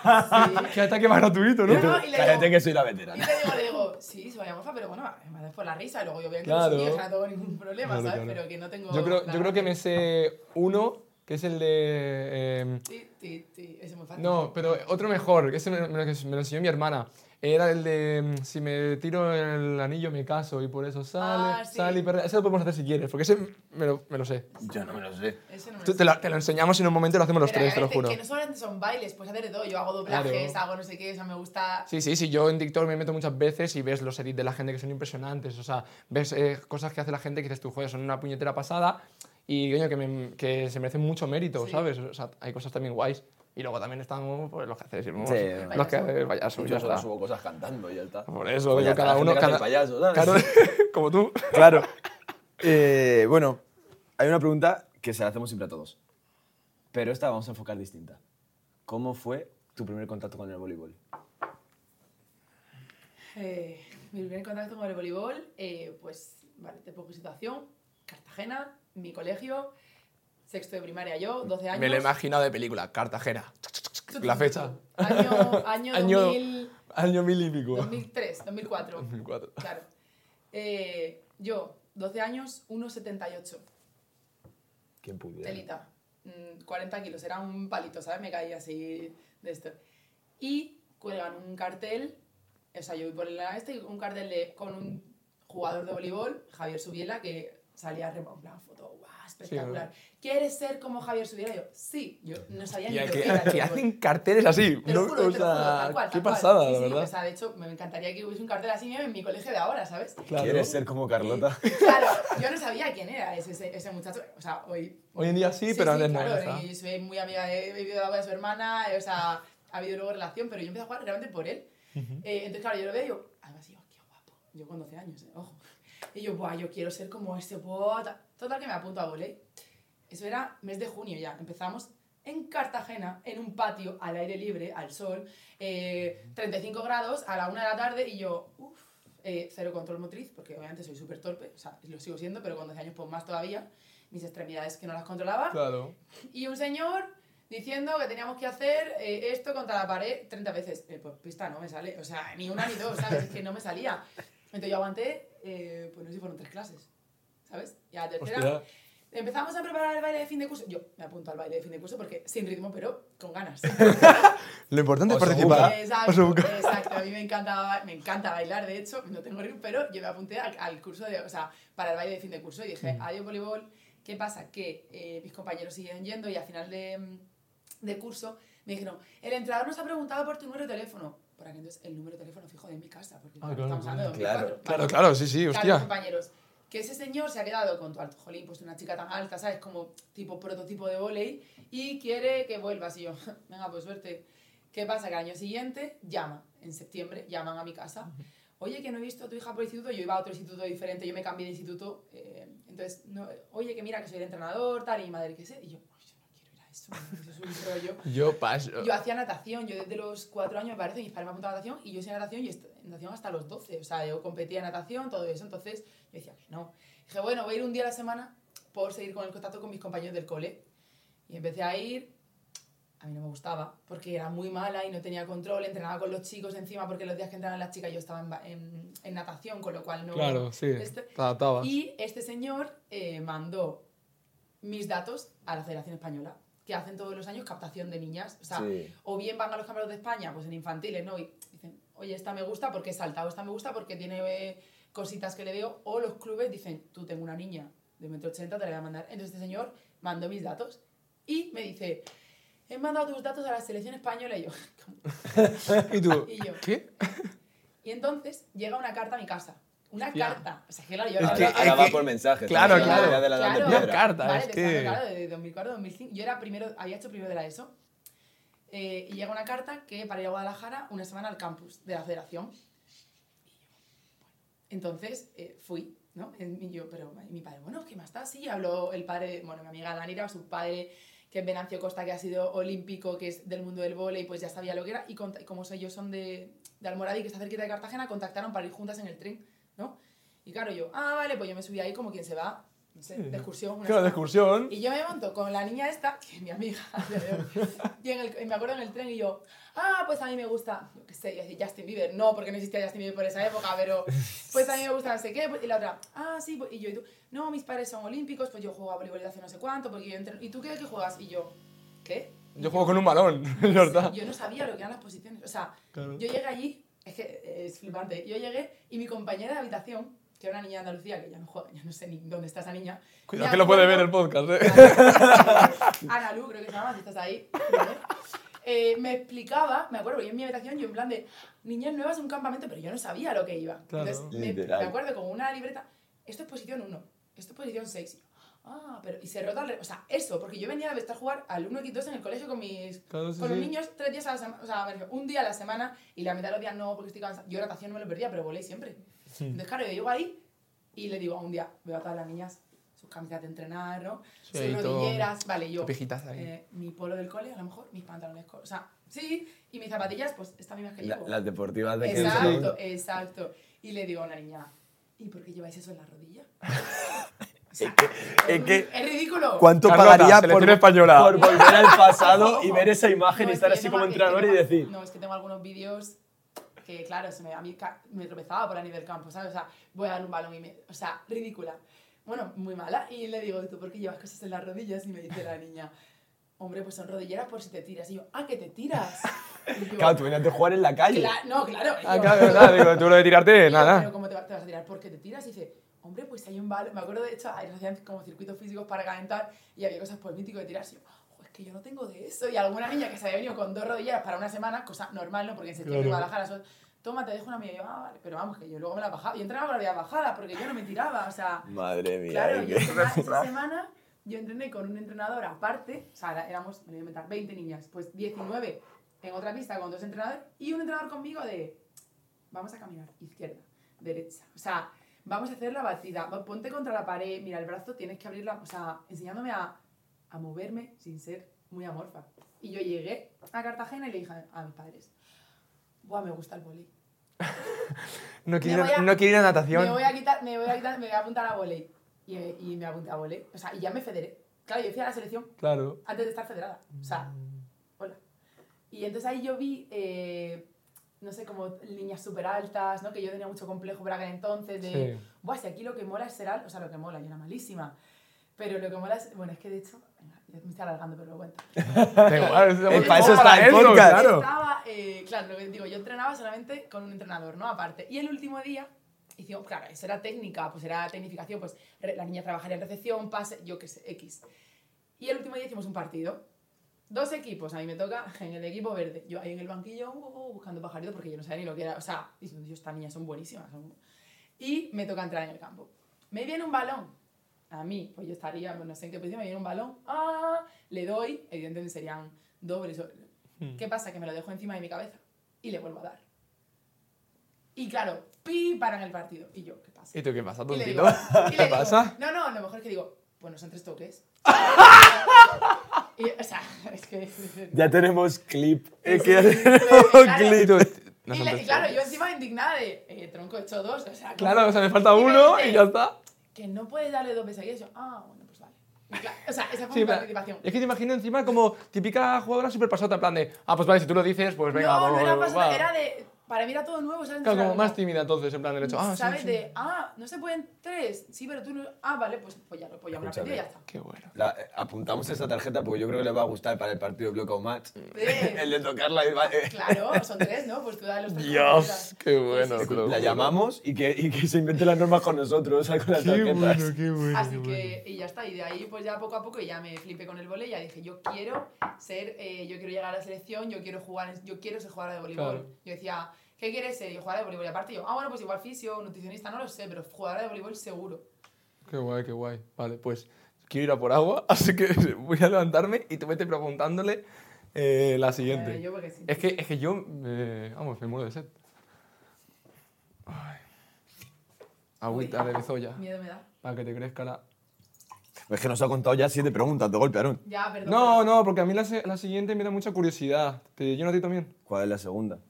Speaker 4: sí.
Speaker 3: Qué ataque más gratuito, ¿no?
Speaker 4: Y tú, y le
Speaker 1: Cállate
Speaker 4: digo-
Speaker 1: que soy la
Speaker 4: Y
Speaker 1: veterana.
Speaker 4: le digo, sí, soy amorfa, pero bueno, además por la risa, y luego yo obviamente
Speaker 3: Claro.
Speaker 4: no soy, o sea, no tengo ningún problema,
Speaker 3: Claro,
Speaker 4: ¿sabes?
Speaker 3: claro.
Speaker 4: Pero que no tengo...
Speaker 3: Yo
Speaker 4: la
Speaker 3: creo que
Speaker 4: gracia.
Speaker 3: me sé uno, que es el de...
Speaker 4: Ese es muy fácil.
Speaker 3: no, pero otro mejor, que ese me lo enseñó mi hermana. Era el de si me tiro el anillo me caso y por eso sale,
Speaker 4: Sí.
Speaker 3: sale y perrea. Ese lo podemos hacer si quieres, porque ese me lo sé.
Speaker 1: Yo no me lo sé.
Speaker 4: Ese no me lo
Speaker 3: Te
Speaker 4: sé.
Speaker 3: lo enseñamos en un momento y lo hacemos los
Speaker 4: Pero
Speaker 3: tres, te lo
Speaker 4: obviamente
Speaker 3: juro.
Speaker 4: que no solamente son bailes, puedes hacer de todo. Yo hago doblajes, hago no sé qué, o sea, me gusta...
Speaker 3: Sí, yo en TikTok me meto muchas veces y ves los edits de la gente que son impresionantes. O sea, ves cosas que hace la gente que dices tú, joder, son una puñetera pasada y coño, que se merecen mucho mérito,
Speaker 4: Sí.
Speaker 3: ¿sabes? O sea, hay cosas también guays. Y luego también están pues, los que hacéis,
Speaker 1: Sí,
Speaker 3: los que hacéis payasos,
Speaker 1: Yo
Speaker 3: ya
Speaker 1: solo
Speaker 3: está.
Speaker 1: subo cosas cantando y ya está.
Speaker 3: Por eso,
Speaker 1: Pues ya
Speaker 3: digo,
Speaker 1: está,
Speaker 3: cada
Speaker 1: la
Speaker 3: uno...
Speaker 1: gente que hace
Speaker 3: Cada,
Speaker 1: el payaso, ¿sabes?
Speaker 3: claro, como tú.
Speaker 1: Claro. Bueno, hay una pregunta que se la hacemos siempre a todos. Pero esta vamos a enfocar distinta. ¿Cómo fue tu primer contacto con el voleibol?
Speaker 4: Mi primer contacto con el voleibol, pues, vale, te pongo situación. Cartagena, mi colegio, sexto de primaria yo, 12 años.
Speaker 3: Me lo he imaginado de película, Cartagena. La fecha.
Speaker 4: Año 2000,
Speaker 3: Año mil y pico.
Speaker 4: 2003, 2004.
Speaker 3: 2004.
Speaker 4: Claro. Yo, 12 años, 1,78.
Speaker 1: ¿Quién pudiera?
Speaker 4: Telita. 40 kilos, era un palito, ¿sabes? Me caía así de esto. Y cuelgan un cartel, o sea, yo voy por un cartel con un jugador de voleibol, Javier Subiela, que salía en plan foto, guau, espectacular. ¿Quieres ser como Javier Subiela? Yo, sí, yo no sabía ni
Speaker 3: Tía,
Speaker 4: lo que era el
Speaker 3: que
Speaker 4: voleibol.
Speaker 3: hacen carteles así.
Speaker 4: Te lo
Speaker 3: ¿no?
Speaker 4: juro,
Speaker 3: O
Speaker 4: te lo juro,
Speaker 3: sea,
Speaker 4: tal cual,
Speaker 3: qué
Speaker 4: tal cual.
Speaker 3: pasada,
Speaker 4: Sí,
Speaker 3: la
Speaker 4: sí,
Speaker 3: verdad.
Speaker 4: o sea, de hecho, me encantaría que hubiese un cartel así en mi colegio de ahora, ¿sabes?
Speaker 3: Claro.
Speaker 1: ¿Quieres ser como Carlota?
Speaker 4: Claro, yo no sabía quién era ese muchacho. O sea, hoy
Speaker 3: Hoy en día sí, pero antes no,
Speaker 4: claro,
Speaker 3: ya está.
Speaker 4: y soy muy amiga he vivido de la boda de su hermana, o sea, ha habido luego relación, pero yo empecé a jugar realmente por él. Entonces, claro, yo lo veo y yo, además, yo, qué guapo. Yo con 12 años, ojo. Y yo, buah, yo quiero ser como ese bota. Total, que me apunto a volei. Eso era mes de junio ya. Empezamos en Cartagena, en un patio, al aire libre, al sol, 35 grados, a la 1 de la tarde, y yo, cero control motriz, porque obviamente soy súper torpe, o sea, lo sigo siendo, pero con 12 años pues más todavía, mis extremidades que no las controlaba.
Speaker 3: Claro.
Speaker 4: Y un señor diciendo que teníamos que hacer esto contra la pared 30 veces. Pues pista no me sale, o sea, ni una ni dos, ¿sabes? Es que no me salía. Entonces yo aguanté, pues no sé si fueron 3 clases, ¿sabes? Y a la tercera...
Speaker 3: Hostia.
Speaker 4: Empezamos a preparar el baile de fin de curso. Yo me apunto al baile de fin de curso porque sin ritmo, pero con ganas.
Speaker 3: Lo importante es
Speaker 1: Osobuca.
Speaker 3: participar.
Speaker 4: Exacto. A mí me encanta bailar, de hecho, no tengo ritmo, pero yo me apunté al curso para el baile de fin de curso y dije, adiós voleibol. ¿Qué pasa? Que mis compañeros siguen yendo y al final de curso me dijeron, el entrenador nos ha preguntado por tu número de teléfono. Por aquel entonces el número de teléfono fijo de mi casa, porque estamos hablando de 2004.
Speaker 3: Claro, sí,
Speaker 4: Claro,
Speaker 3: hostia.
Speaker 4: compañeros. Que ese señor se ha quedado con tu alto, jolín, pues una chica tan alta, ¿sabes? Como tipo prototipo de vóley y quiere que vuelvas. Y yo, venga, pues suerte. ¿Qué pasa? Que al año siguiente en septiembre, llaman a mi casa. Oye, que no he visto a tu hija por el instituto. Yo iba a otro instituto diferente, yo me cambié de instituto. Entonces, oye, que mira, que soy el entrenador, tal, y mi madre, ¿qué sé? Y yo, yo no quiero ir a eso, eso es un rollo.
Speaker 3: Yo paso.
Speaker 4: Yo hacía natación, yo desde los 4 años me parece, mis padres me apuntaron a natación y yo hacía natación y natación hasta los 12. O sea, yo competía en natación, todo eso. Entonces, yo decía que no. Dije, bueno, voy a ir un día a la semana por seguir con el contacto con mis compañeros del cole. Y empecé a ir. A mí no me gustaba porque era muy mala y no tenía control. Entrenaba con los chicos encima porque los días que entrenaban las chicas yo estaba en natación, con lo cual no...
Speaker 3: Claro, sí, te adaptabas.
Speaker 4: Y este señor mandó mis datos a la Federación Española, que hacen todos los años captación de niñas. O sea, o bien van a los campeonatos de España, pues en infantiles, ¿no? Y dicen, oye, esta me gusta porque es alta, o esta me gusta porque tiene cositas que le veo. O los clubes dicen, tú, tengo una niña de 1,80 m, te la voy a mandar. Entonces este señor mandó mis datos y me dice, he mandado tus datos a la selección española. Y yo, ¿cómo?
Speaker 3: ¿Y tú?
Speaker 4: Y yo,
Speaker 3: ¿Qué?
Speaker 4: Y entonces llega una carta a mi casa. Una
Speaker 3: Hostia.
Speaker 4: carta. O sea, que claro, yo...
Speaker 1: Ahora va por mensajes.
Speaker 3: Claro,
Speaker 1: ¿no?
Speaker 3: claro.
Speaker 1: Ya de la edad de
Speaker 4: Claro.
Speaker 1: piedra.
Speaker 3: Una carta,
Speaker 4: Vale,
Speaker 3: es
Speaker 4: te
Speaker 3: que...
Speaker 4: claro, de 2004 a 2005. Yo había hecho primero de la ESO. Y llega una carta que para ir a Guadalajara una semana al campus de la federación. Entonces fui, ¿no? Y yo, pero mi padre, bueno, ¿qué más está? Sí, habló el padre, bueno, mi amiga Danira, su padre, que es Venancio Costa, que ha sido olímpico, que es del mundo del vóley, pues ya sabía lo que era. Y como ellos son de Almoradí, que está cerquita de Cartagena, contactaron para ir juntas en el tren, ¿no? Y claro, yo, vale, pues yo me subí ahí como quien se va, no sé, de excursión.
Speaker 3: Claro, de excursión.
Speaker 4: Y yo me monto con la niña esta, que es mi amiga, y me acuerdo en el tren y yo, pues a mí me gusta, yo qué sé, y decía Justin Bieber, no, porque no existía Justin Bieber por esa época, pero pues a mí me gusta no sé qué, y la otra, sí, pues, y yo, y tú, no, mis padres son olímpicos, pues yo juego a voleibol de hace no sé cuánto, porque yo entreno, ¿y tú qué juegas? Y yo, ¿qué?
Speaker 3: Yo juego con un balón, es verdad.
Speaker 4: Yo no sabía lo que eran las posiciones, o sea,
Speaker 3: Claro.
Speaker 4: yo llegué allí, es que es flipante, yo llegué y mi compañera de habitación, que era una niña de Andalucía, que ya no juega, ya no sé ni dónde está esa niña.
Speaker 3: Cuidado que lo puede ver el podcast,
Speaker 4: Ana Lu, creo que se llama, si estás ahí. ¿Vale? Me explicaba, me acuerdo, yo en mi habitación, yo en plan de niñas nuevas, un campamento, pero yo no sabía lo que iba.
Speaker 3: Claro.
Speaker 4: Entonces, me acuerdo con una libreta, esto es posición 1, esto es posición 6. Pero, y se rota o sea, eso, porque yo venía de estar jugar al 1x2 en el colegio con mis
Speaker 3: Claro, sí,
Speaker 4: con los
Speaker 3: sí.
Speaker 4: niños 3 días a la semana, o sea, un día a la semana, y la mitad de los días no, porque estoy cansada. Yo natación no me lo perdía, pero volé siempre. Entonces, claro, yo llego ahí y le digo un día, veo a todas las niñas, sus camisas de entrenar, ¿no?
Speaker 3: Sí,
Speaker 4: Sus
Speaker 3: ahí todo,
Speaker 4: rodilleras, vale, yo,
Speaker 3: pijitas ahí.
Speaker 4: mi polo del cole, a lo mejor, mis pantalones, o sea, sí, y mis zapatillas, pues, estas mismas que llevo.
Speaker 1: Las deportivas de que
Speaker 4: Exacto, exacto. Y le digo a una niña, ¿y por qué lleváis eso en la rodilla? O sea, es ridículo.
Speaker 1: ¿Cuánto
Speaker 3: Carlota,
Speaker 1: pagaría
Speaker 3: selección española.
Speaker 1: por volver al pasado y ver esa imagen
Speaker 4: No,
Speaker 1: y
Speaker 4: es
Speaker 1: estar
Speaker 4: que
Speaker 1: así
Speaker 4: yo
Speaker 1: como
Speaker 4: tengo-
Speaker 1: entrenador y decir...
Speaker 4: No, es que tengo algunos vídeos que, claro, a mí me tropezaba por la nivel del campo, ¿sabes? O sea, voy a dar un balón y o sea, ridícula. Bueno, muy mala. Y le digo, ¿tú por qué llevas cosas en las rodillas? Y me dice la niña, hombre, pues son rodilleras por si te tiras. Y yo, ¿que te tiras? Y yo,
Speaker 1: Claro, tú venías de jugar en la calle.
Speaker 4: no, claro. Y yo,
Speaker 3: Claro, verdad, digo, tú lo de tirarte,
Speaker 4: y yo,
Speaker 3: nada.
Speaker 4: ¿pero cómo te vas a tirar? ¿Por qué te tiras? Y dice, hombre, pues hay un balón. Me acuerdo, de hecho, hacían como circuitos físicos para calentar y había cosas por mítico de tirarse. Y yo, es que yo no tengo de eso. Y alguna niña que se había venido con 2 rodilleras para una semana, cosa normal, ¿no? Porque en septiembre
Speaker 3: Claro.
Speaker 4: Guadalajara son, toma, te dejo una mía. Y yo, vale, pero vamos, que yo luego me la bajaba. Yo entrenaba con la vida bajada porque yo no me tiraba, o sea...
Speaker 1: Madre mía.
Speaker 4: Claro,
Speaker 1: ¿eh?
Speaker 4: yo esa semana yo entrené con un entrenador aparte, o sea, éramos, me lo voy a inventar, 20 niñas, pues 19 en otra pista con 2 entrenadores y un entrenador conmigo de, vamos a caminar, izquierda, derecha, o sea, vamos a hacer la batida, ponte contra la pared, mira el brazo, tienes que abrirla, o sea, enseñándome a moverme sin ser muy amorfa. Y yo llegué a Cartagena y le dije a mis padres, buah, me gusta el vóley.
Speaker 3: No quiero ir a natación.
Speaker 4: Me voy a apuntar a vóley. Y me apunté a vóley. O sea, y ya me federé. Claro, yo fui a la selección
Speaker 3: Claro.
Speaker 4: antes de estar federada. O sea, hola. Y entonces ahí yo vi, no sé, como líneas súper altas, ¿no? Que yo tenía mucho complejo por aquel entonces de,
Speaker 3: Sí.
Speaker 4: buah, si aquí lo que mola es ser alto. O sea, lo que mola, yo era malísima. Pero lo que mola es, bueno, es que de hecho, venga, ya me estoy alargando, pero lo cuento.
Speaker 3: Da igual,
Speaker 1: para eso está el podcast.
Speaker 3: Claro.
Speaker 4: Estaba, claro, lo que digo, yo entrenaba solamente con un entrenador, ¿no? Aparte. Y el último día, hicimos, claro, eso era técnica, pues era tecnificación, pues la niña trabajaría en recepción, pase, yo qué sé, X. Y el último día hicimos un partido. 2 equipos, a mí me toca en el equipo verde. Yo ahí en el banquillo buscando pajaritos porque yo no sabía ni lo que era. O sea, diciendo, Dios, estas niñas son buenísimas. Y me toca entrar en el campo. Me viene un balón. A mí, pues yo estaría, no sé en qué posición, me viene un balón. Le doy, evidentemente serían dobles. ¿Qué pasa? Que me lo dejo encima de mi cabeza y le vuelvo a dar. Y claro, paran el partido. Y yo, ¿qué pasa?
Speaker 3: ¿Y tú qué pasa,
Speaker 4: Y le
Speaker 3: tontito?
Speaker 4: digo,
Speaker 3: ¿Qué pasa?
Speaker 4: No, lo mejor es que digo, pues no son 3 toques. Y, o sea, es que...
Speaker 1: Ya tenemos clip.
Speaker 4: Sí,
Speaker 1: que ya
Speaker 4: sí,
Speaker 1: tenemos
Speaker 4: claro.
Speaker 1: clip.
Speaker 3: No
Speaker 4: y
Speaker 3: son tres
Speaker 4: claro,
Speaker 3: toques.
Speaker 4: yo encima indignada de, tronco, he hecho 2, o sea...
Speaker 3: Claro, o sea, me falta
Speaker 4: Y me
Speaker 3: uno
Speaker 4: dice,
Speaker 3: y ya está.
Speaker 4: Que no puedes darle 2 veces seguidas. Yo, bueno, pues vale. O sea, esa fue
Speaker 3: Sí,
Speaker 4: mi
Speaker 3: pero
Speaker 4: participación.
Speaker 3: es que te imagino encima como típica jugadora súper pasota, en plan de, pues vale, si tú lo dices, pues venga,
Speaker 4: No,
Speaker 3: vamos,
Speaker 4: no era
Speaker 3: vamos,
Speaker 4: pasada,
Speaker 3: va.
Speaker 4: era de... Para mí era todo nuevo, ¿sabes?
Speaker 3: Claro,
Speaker 4: Entonces
Speaker 3: como
Speaker 4: era
Speaker 3: más tímida entonces, en plan del hecho, sí,
Speaker 4: ¿sabes?
Speaker 3: sí.
Speaker 4: De, no se pueden 3. Sí, pero tú no... vale, pues ya me lo aprendí y ya está.
Speaker 3: Qué bueno.
Speaker 1: Apuntamos esa tarjeta porque yo creo que le va a gustar para el partido de Blockout Match.
Speaker 4: Sí.
Speaker 1: El de tocarla y
Speaker 4: Claro, son 3, ¿no? Pues tú dale los 3.
Speaker 3: Dios, qué bueno. te lo
Speaker 1: la
Speaker 3: juro.
Speaker 1: llamamos y que se invente las normas con nosotros, o sea, con las
Speaker 3: Qué
Speaker 1: tarjetas.
Speaker 3: bueno, qué bueno.
Speaker 4: Así que, y ya está, y de ahí pues ya poco a poco ya me flipé con el vóley, ya dije, yo quiero llegar a la selección, yo quiero ser jugadora de voleibol.
Speaker 3: Claro.
Speaker 4: Yo decía, ¿qué quieres ser? Yo jugadora de voleibol. Y aparte yo, bueno, pues igual fisio, nutricionista, no lo sé, pero jugadora de voleibol seguro.
Speaker 3: Qué guay, qué guay. Vale, pues quiero ir a por agua, así que voy a levantarme y tú vete preguntándole la siguiente.
Speaker 4: Yo porque sí.
Speaker 3: Es que yo, vamos, me muero de sed. Ay. Agüita de bezoya,
Speaker 4: Miedo me da.
Speaker 3: para que te crezca la...
Speaker 1: Es que nos ha contado ya 7 preguntas de golpe, Aaron.
Speaker 4: Ya, perdón.
Speaker 3: No, porque a mí la siguiente me da mucha curiosidad. ¿Te lleno a ti también?
Speaker 1: ¿Cuál es la segunda?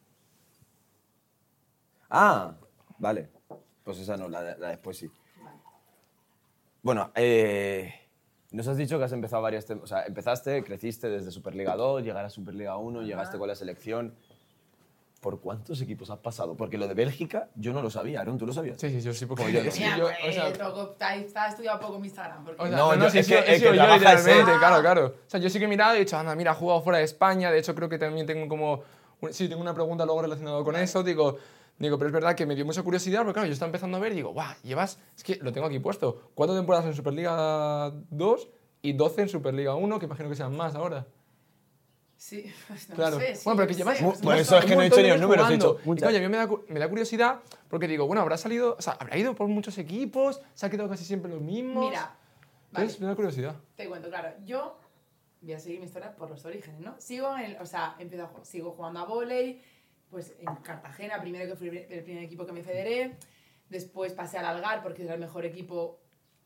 Speaker 1: Vale. Pues esa no, la después sí.
Speaker 4: Vale.
Speaker 1: Bueno, nos has dicho que has empezado varias... O sea, empezaste, creciste desde Superliga 2, llegar a Superliga 1, llegaste con la selección. ¿Por cuántos equipos has pasado? Porque lo de Bélgica yo no lo sabía, Aaron, ¿tú lo sabías?
Speaker 3: Sí, yo sí, porque
Speaker 1: Como yo no.
Speaker 3: sí,
Speaker 4: Mira,
Speaker 3: yo,
Speaker 4: pues,
Speaker 3: o sea,
Speaker 4: está estudiado poco mi Instagram. Porque...
Speaker 3: o sea,
Speaker 1: No, yo-
Speaker 3: sí,
Speaker 1: es
Speaker 3: sí,
Speaker 1: que-
Speaker 3: he
Speaker 1: el
Speaker 3: sido
Speaker 1: que
Speaker 3: yo
Speaker 1: trabaja es
Speaker 3: literalmente,
Speaker 1: él.
Speaker 3: claro. O sea, yo sí que he mirado y he dicho, anda, mira, ha jugado fuera de España. De hecho, creo que también tengo como... Sí, tengo una pregunta luego relacionada con eso. Digo, pero es verdad que me dio mucha curiosidad, porque claro, yo estaba empezando a ver y digo, guau, llevas... Es que lo tengo aquí puesto. 4 temporadas en Superliga 2 y 12 en Superliga 1, que imagino que sean más ahora.
Speaker 4: Sí, pues no
Speaker 3: Claro.
Speaker 4: sé. Sí,
Speaker 3: Bueno, pero que
Speaker 4: no
Speaker 3: llevas...
Speaker 4: sé,
Speaker 1: Por
Speaker 3: llevas
Speaker 1: eso es que
Speaker 3: un
Speaker 1: no he
Speaker 3: montón
Speaker 1: hecho ni
Speaker 3: de
Speaker 1: los números, he
Speaker 3: jugando.
Speaker 1: hecho
Speaker 3: Y
Speaker 1: muchas.
Speaker 3: coño, a mí me da curiosidad, porque digo, bueno, habrá salido... O sea, habrá ido por muchos equipos, se ha quedado casi siempre los mismos...
Speaker 4: Mira, vale,
Speaker 3: Entonces, me da curiosidad.
Speaker 4: te cuento, claro. Yo voy a seguir mi historia por los orígenes, ¿no? Sigo jugando a vóley, pues en Cartagena, primero que fui el primer equipo que me federé, después pasé al Algar porque era el mejor equipo,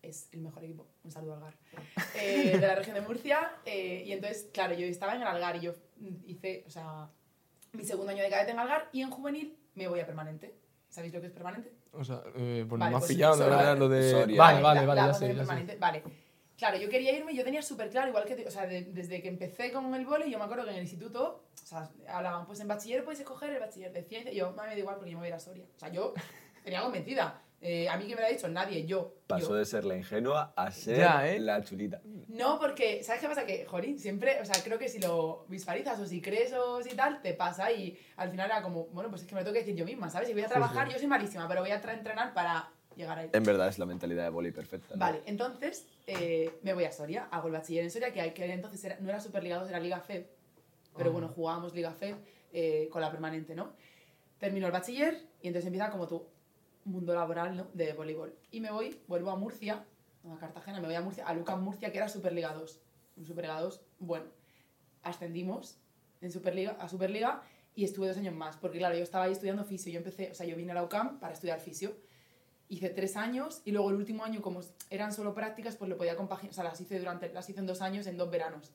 Speaker 4: un saludo Algar, de la región de Murcia, y entonces, claro, yo estaba en el Algar y yo hice, mi segundo año de cadete en Algar y en juvenil me voy a permanente. ¿Sabéis lo que es permanente?
Speaker 3: O sea, pues
Speaker 4: Vale,
Speaker 3: me has
Speaker 4: pues
Speaker 3: pillado, la
Speaker 4: Soria.
Speaker 3: verdad, lo de...
Speaker 1: Soria.
Speaker 3: Vale,
Speaker 4: la
Speaker 3: ya
Speaker 4: hago
Speaker 3: sé,
Speaker 4: de
Speaker 3: ya sé.
Speaker 4: permanente. Vale. Claro, yo quería irme, yo tenía súper claro, igual que, desde que empecé con el vóley, yo me acuerdo que en el instituto, hablaban, pues en bachiller puedes escoger el bachiller de ciencia, y yo, me da igual porque yo me voy a ir a Soria. O sea, yo tenía convencida. A mí que me lo ha dicho nadie, yo.
Speaker 1: Pasó de ser la ingenua a ser
Speaker 3: Ya,
Speaker 1: la chulita.
Speaker 4: No, porque, ¿sabes qué pasa? Que, jolín, siempre, creo que si lo visualizas o si crees o si tal, te pasa y al final era como, bueno, pues es que me lo tengo que decir yo misma, ¿sabes? Si voy a trabajar, yo soy malísima, pero voy a entrenar para llegar ahí.
Speaker 1: En verdad es la mentalidad de vóley perfecta, ¿no?
Speaker 4: Vale, entonces me voy a Soria, hago el bachiller en Soria, que entonces no era Superliga 2, era Liga FEB, pero bueno, jugábamos Liga FEB con la permanente, ¿no? Termino el bachiller y entonces empieza como tu mundo laboral, ¿no? De voleibol. Y vuelvo a Murcia, no a Cartagena, me voy a Murcia, a Lucas Murcia, que era Superliga 2. En Superliga 2, bueno, ascendimos a Superliga y estuve 2 años más, porque claro, yo estaba ahí estudiando fisio, yo vine a la UCAM para estudiar fisio. Hice 3 años y luego el último año, como eran solo prácticas, pues lo podía compaginar, las hice en 2 años, en 2 veranos.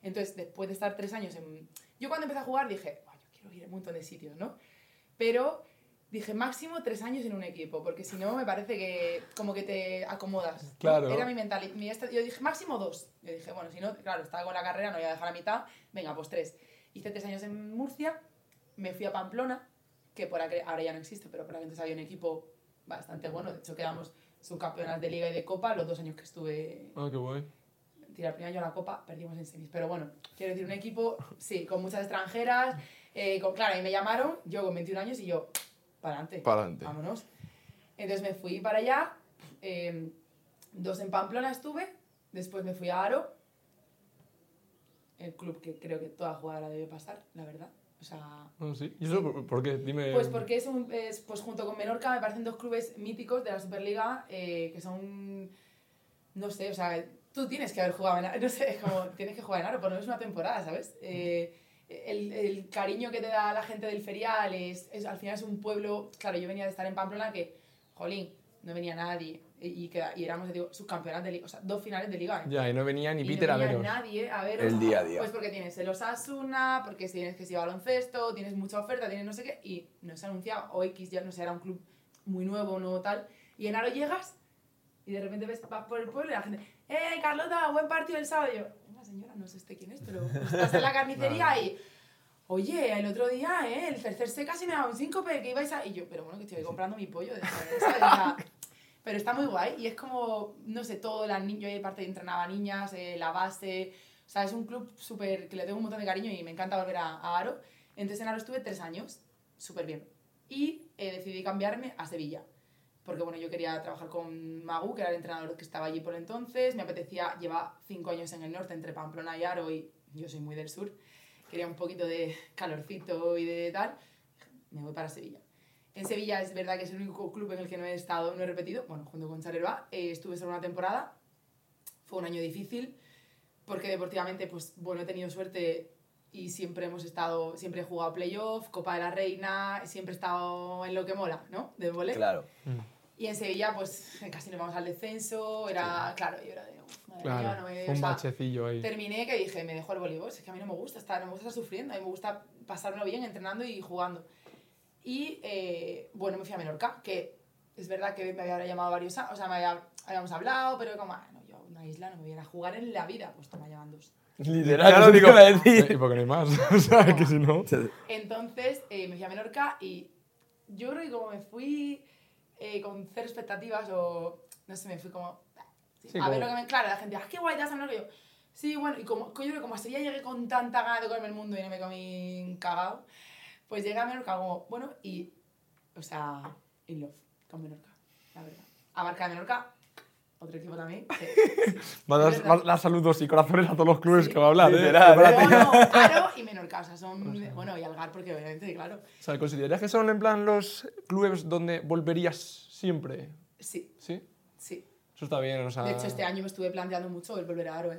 Speaker 4: Entonces, después de estar 3 años en... Yo cuando empecé a jugar dije, yo quiero ir a un montón de sitios, ¿no? Pero dije, máximo 3 años en un equipo, porque si no me parece que como que te acomodas, ¿no?
Speaker 3: Claro.
Speaker 4: Era mi mentalidad. Yo dije, máximo 2. Yo dije, bueno, si no, claro, estaba con la carrera, no iba a dejar a mitad, venga, pues 3. Hice 3 años en Murcia, me fui a Pamplona, que ahora ya no existe, pero por entonces había un equipo bastante bueno. De hecho, quedamos subcampeonas de Liga y de Copa los 2 años que estuve.
Speaker 3: Ah, qué guay.
Speaker 4: Mentira, el primer año la Copa perdimos en semis. Pero bueno, quiero decir, un equipo, sí, con muchas extranjeras. Claro, y me llamaron, yo con 21 años, y yo, para adelante. Vámonos. Entonces me fui para allá. 2 en Pamplona estuve. Después me fui a Aro. El club que creo que toda jugadora debe pasar, la verdad. O sea...
Speaker 3: No, sí. ¿Y eso por qué? Dime...
Speaker 4: Pues porque pues junto con Menorca me parecen 2 clubes míticos de la Superliga que son... No sé, o sea, tú tienes que haber jugado en Aro. No sé, es como tienes que jugar en Aro, por lo menos una temporada, ¿sabes? El cariño que te da la gente del ferial al final es un pueblo... Claro, yo venía de estar en Pamplona que, jolín, no venía nadie. Y éramos, digo, subcampeonas de Liga, o sea, 2 finales de Liga.
Speaker 3: Ya, y no venía ni Peter
Speaker 4: no venía
Speaker 3: a veros.
Speaker 4: Nadie a veros.
Speaker 1: El día a día.
Speaker 4: Pues porque tienes el Osasuna, porque tienes que ir a baloncesto, tienes mucha oferta, tienes no sé qué, y no se anunciaba, o X ya no sé, era un club muy nuevo tal, y en Aro llegas y de repente vas por el pueblo y la gente, Carlota, buen partido el sábado. Y yo, una señora, no sé quién es, pero estás en la carnicería y... Oye, el otro día, el tercer set casi me daba un síncope, que ibais a... Y yo, pero bueno, que estoy comprando mi pollo, ¿sabes? O sea, pero está muy guay y es como, no sé, todo, yo aparte entrenaba niñas, la base, o sea, es un club súper, que le tengo un montón de cariño y me encanta volver a Aro. Entonces en Aro estuve 3 años, súper bien. Y decidí cambiarme a Sevilla, porque bueno, yo quería trabajar con Magu, que era el entrenador que estaba allí por entonces, me apetecía, lleva 5 años en el norte, entre Pamplona y Aro, y yo soy muy del sur, quería un poquito de calorcito y de tal, me voy para Sevilla. En Sevilla es verdad que es el único club en el que no he estado, no he repetido, bueno, junto con Charleroi, estuve solo una temporada, fue un año difícil, porque deportivamente, pues bueno, he tenido suerte y siempre he jugado playoff, Copa de la Reina, siempre he estado en lo que mola, ¿no? De vóley.
Speaker 1: Claro.
Speaker 4: Y en Sevilla, pues casi nos vamos al descenso, claro, yo era de,
Speaker 3: claro,
Speaker 4: mía, no me...
Speaker 3: un bachecillo ahí.
Speaker 4: Terminé que dije, me dejo el voleibol, es que a mí no me gusta estar sufriendo, a mí me gusta pasármelo bien entrenando y jugando. Y bueno, me fui a Menorca, que es verdad que me había llamado varios años, o sea, habíamos hablado, pero como, no, yo a una isla no me voy a jugar en la vida, pues toma, llevan 2.
Speaker 1: Literal,
Speaker 3: Claro,
Speaker 1: eso te
Speaker 3: digo,
Speaker 1: iba a decir.
Speaker 3: ¿y por qué no hay más? O sea, que si no...
Speaker 4: Entonces me fui a Menorca y yo creo que como me fui con cero expectativas o, no sé, me fui como...
Speaker 3: Sí,
Speaker 4: a ver lo que me... Claro, la gente, qué guay, te vas a Menorca, y yo... Sí, bueno, y como yo creo que como a Sevilla llegué con tanta ganas de comerme el mundo y no me comí cagado, pues llegué a Menorca como, bueno, y, o sea, in love con Menorca, la verdad. Abarca de Menorca, otro equipo también.
Speaker 3: Va a dar saludos y corazones a todos los clubes que va a hablar,
Speaker 1: Literal,
Speaker 4: No, Aro y Menorca, o sea, son, bueno, y Algar, porque obviamente, claro.
Speaker 3: O sea, ¿considerarías que son en plan los clubes donde volverías siempre?
Speaker 4: Sí.
Speaker 3: ¿Sí?
Speaker 4: Sí.
Speaker 3: Eso está bien, o sea...
Speaker 4: De hecho, este año me estuve planteando mucho el volver a Aro,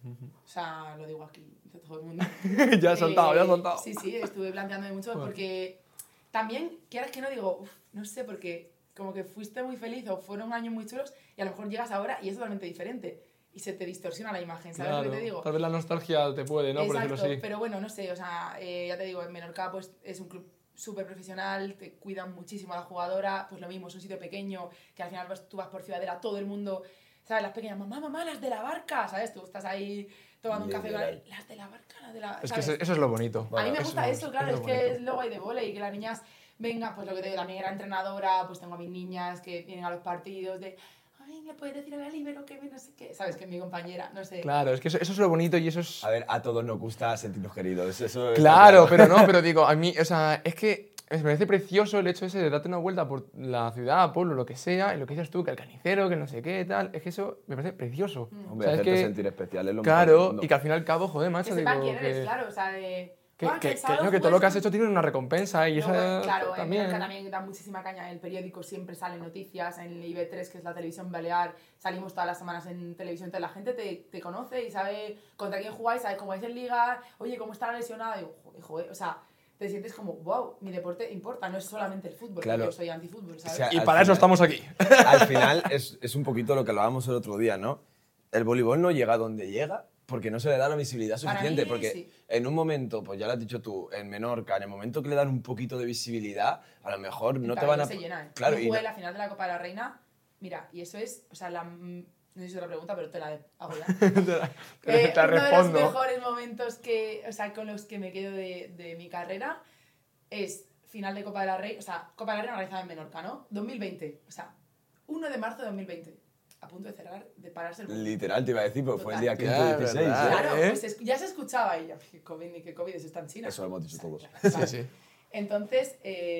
Speaker 4: O sea, lo digo aquí, de todo el mundo.
Speaker 3: ya has soltado.
Speaker 4: Sí, estuve planteándome mucho porque también, quieras que no, digo, no sé, porque como que fuiste muy feliz o fueron años muy chulos y a lo mejor llegas ahora y es totalmente diferente y se te distorsiona la imagen, ¿sabes lo que te digo?
Speaker 3: Tal vez la nostalgia te puede, ¿no?
Speaker 4: Exacto,
Speaker 3: por decirlo así.
Speaker 4: pero bueno, no sé, o sea, ya te digo, en Menorca pues es un club súper profesional, te cuidan muchísimo a la jugadora, pues lo mismo, es un sitio pequeño, que al final pues, tú vas por Ciudadela, todo el mundo, ¿sabes? Las pequeñas, mamá, las de la barca, ¿sabes? Tú estás ahí tomando un café con las de la barca, las de la...
Speaker 3: Es
Speaker 4: ¿sabes?
Speaker 3: que eso es lo bonito.
Speaker 4: A mí me gusta eso, claro, es que
Speaker 3: bonito.
Speaker 4: es lo guay de vóley, que las niñas vengan, pues lo que te digo, también era entrenadora, pues tengo a mis niñas que vienen a los partidos de... Ay, ¿me puedes decir a la libero que no sé qué? ¿Sabes? Que es mi compañera, no sé.
Speaker 3: Claro, es que eso es lo bonito y eso es...
Speaker 1: A ver, a todos nos gusta sentirnos queridos. Eso
Speaker 3: Claro, pero no, pero digo, a mí, o sea, es que me parece precioso el hecho ese de darte una vuelta por la ciudad, pueblo, lo que sea, y lo que dices tú, que el carnicero, que no sé qué, tal, es que eso me parece precioso.
Speaker 1: Hombre,
Speaker 3: O sea, es
Speaker 1: hacerte
Speaker 3: que,
Speaker 1: sentir especial es lo mejor del
Speaker 3: claro,
Speaker 1: mundo.
Speaker 3: y que al fin y al cabo, joder, macho,
Speaker 4: Que
Speaker 3: digo,
Speaker 4: sepan quién eres, claro, o sea, de...
Speaker 3: que todo lo que has hecho tiene una recompensa y
Speaker 4: Luego,
Speaker 3: esa
Speaker 4: claro,
Speaker 3: también.
Speaker 4: en Menorca también da muchísima caña. En el periódico siempre salen noticias, en el IB3, que es la televisión balear, salimos todas las semanas en televisión, entonces la gente te conoce y sabe contra quién jugáis, sabe cómo vais en liga, oye, cómo está la lesionada, y joder, o sea, te sientes como, wow, mi deporte importa, no es solamente el fútbol,
Speaker 1: Claro.
Speaker 4: yo soy antifútbol, ¿sabes?
Speaker 1: O sea,
Speaker 3: Y
Speaker 1: al
Speaker 3: para eso
Speaker 1: final-
Speaker 3: estamos aquí.
Speaker 1: Al final es un poquito lo que hablábamos el otro día, ¿no? El voleibol no llega donde llega porque no se le da la visibilidad
Speaker 4: Para
Speaker 1: suficiente.
Speaker 4: mí,
Speaker 1: porque
Speaker 4: sí.
Speaker 1: en un momento, pues ya lo has dicho tú, en Menorca, en el momento que le dan un poquito de visibilidad, a lo mejor no te van a...
Speaker 4: Se llena, ¿eh?
Speaker 1: Claro,
Speaker 4: Yo
Speaker 1: y
Speaker 4: jugué
Speaker 1: no-
Speaker 4: la final de la Copa de la Reina, mira, y eso es, o sea, no sé si es otra pregunta, pero te la hago ya.
Speaker 3: Te
Speaker 4: Uno de los
Speaker 3: respondo.
Speaker 4: mejores momentos o sea, con los que me quedo de mi carrera es final de Copa de la Reina, o sea, Copa de la Reina organizada en Menorca, ¿no? 2020, o sea, 1 de marzo de 2020, a punto de cerrar, de pararse el mundo.
Speaker 1: Literal, te iba a decir, pues fue el día
Speaker 4: Total.
Speaker 1: 15
Speaker 3: Ya,
Speaker 1: 16,
Speaker 3: ¿verdad?
Speaker 1: ¿eh?
Speaker 4: Claro,
Speaker 3: ¿eh?
Speaker 4: pues ya se escuchaba y yo, qué COVID ni qué COVID, eso está en China.
Speaker 1: Eso lo hemos dicho
Speaker 4: O sea,
Speaker 1: todos.
Speaker 4: claro.
Speaker 3: Sí, sí.
Speaker 4: Entonces,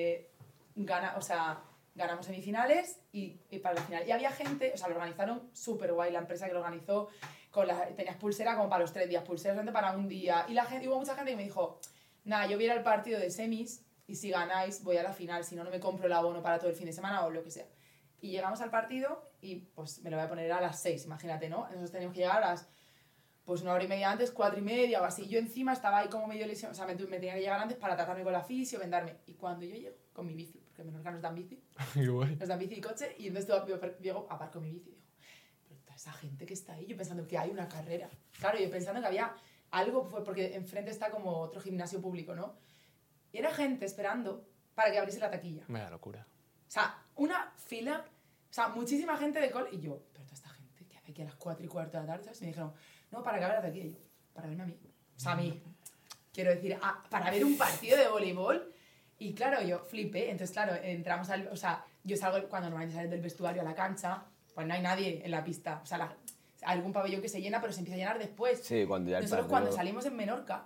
Speaker 4: ganamos semifinales y para la final. Y había gente, o sea, lo organizaron súper guay, la empresa que lo organizó, tenías pulsera como para los 3 días, pulsera solamente para un día. Y hubo mucha gente que me dijo, nada, yo voy a ir al partido de semis y si ganáis voy a la final, si no, no me compro el abono para todo el fin de semana o lo que sea. Y llegamos al partido y pues me lo voy a poner a las 6, imagínate, ¿no? Nosotros teníamos que llegar a las, pues 1 hora y media antes, 4:30 o así. Yo encima estaba ahí como medio lesión, o sea, me tenía que llegar antes para tratarme con la fisio, vendarme. Y cuando yo llego con mi bici, porque en Menorca nos dan bici,
Speaker 3: Qué guay.
Speaker 4: nos dan bici y coche, y entonces llego, aparco mi bici y digo, pero toda esa gente que está ahí, yo pensando que hay una carrera. Claro, yo pensando que había algo, porque enfrente está como otro gimnasio público, ¿no? Y era gente esperando para que abriese la taquilla.
Speaker 3: Vaya locura.
Speaker 4: O sea, una fila, o sea, muchísima gente de y yo, pero toda esta gente que hace aquí a las 4:15 de la tarde, ¿sabes? Y me dijeron, no, para que abra la taquilla. Y yo, para verme a mí. O sea, a mí, quiero decir, para ver un partido de voleibol. Y claro, yo flipé. Entonces, claro, entramos o sea, yo salgo cuando normalmente sales del vestuario a la cancha, pues no hay nadie en la pista. O sea, hay algún pabellón que se llena, pero se empieza a llenar después.
Speaker 1: Sí, cuando ya el
Speaker 4: Nosotros
Speaker 1: partido...
Speaker 4: cuando salimos en Menorca,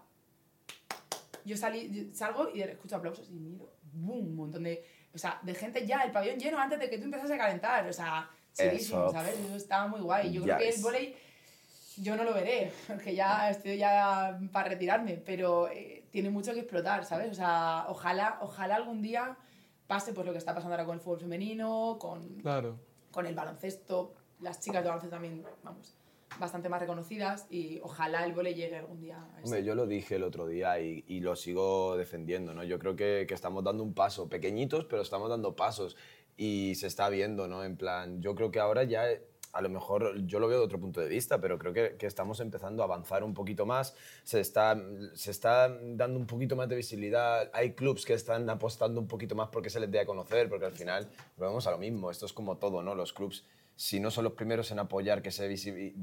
Speaker 4: yo salgo y escucho aplausos y miro, ¡bum! Un montón de gente ya, el pabellón lleno antes de que tú empieces a calentar. O sea, chidísimo,
Speaker 1: Eso.
Speaker 4: ¿sabes? Eso estaba muy guay. Yo
Speaker 1: Ya
Speaker 4: creo que
Speaker 1: ves.
Speaker 4: el vóley yo no lo veré, porque ya estoy ya para retirarme, pero tiene mucho que explotar, ¿sabes? O sea, ojalá algún día pase pues lo que está pasando ahora con el fútbol femenino,
Speaker 3: Claro.
Speaker 4: con el baloncesto. Las chicas de baloncesto también, vamos, bastante más reconocidas, y ojalá el vóley llegue algún día a eso.
Speaker 1: Hombre, yo lo dije el otro día y lo sigo defendiendo, ¿no? Yo creo que estamos dando un paso, pequeñitos, pero estamos dando pasos y se está viendo, ¿no? En plan, yo creo que ahora ya, a lo mejor yo lo veo de otro punto de vista, pero creo que estamos empezando a avanzar un poquito más, se está dando un poquito más de visibilidad, hay clubs que están apostando un poquito más porque se les dé a conocer, porque al final volvemos a lo mismo, esto es como todo, ¿no? Los clubs, si no son los primeros en apoyar que se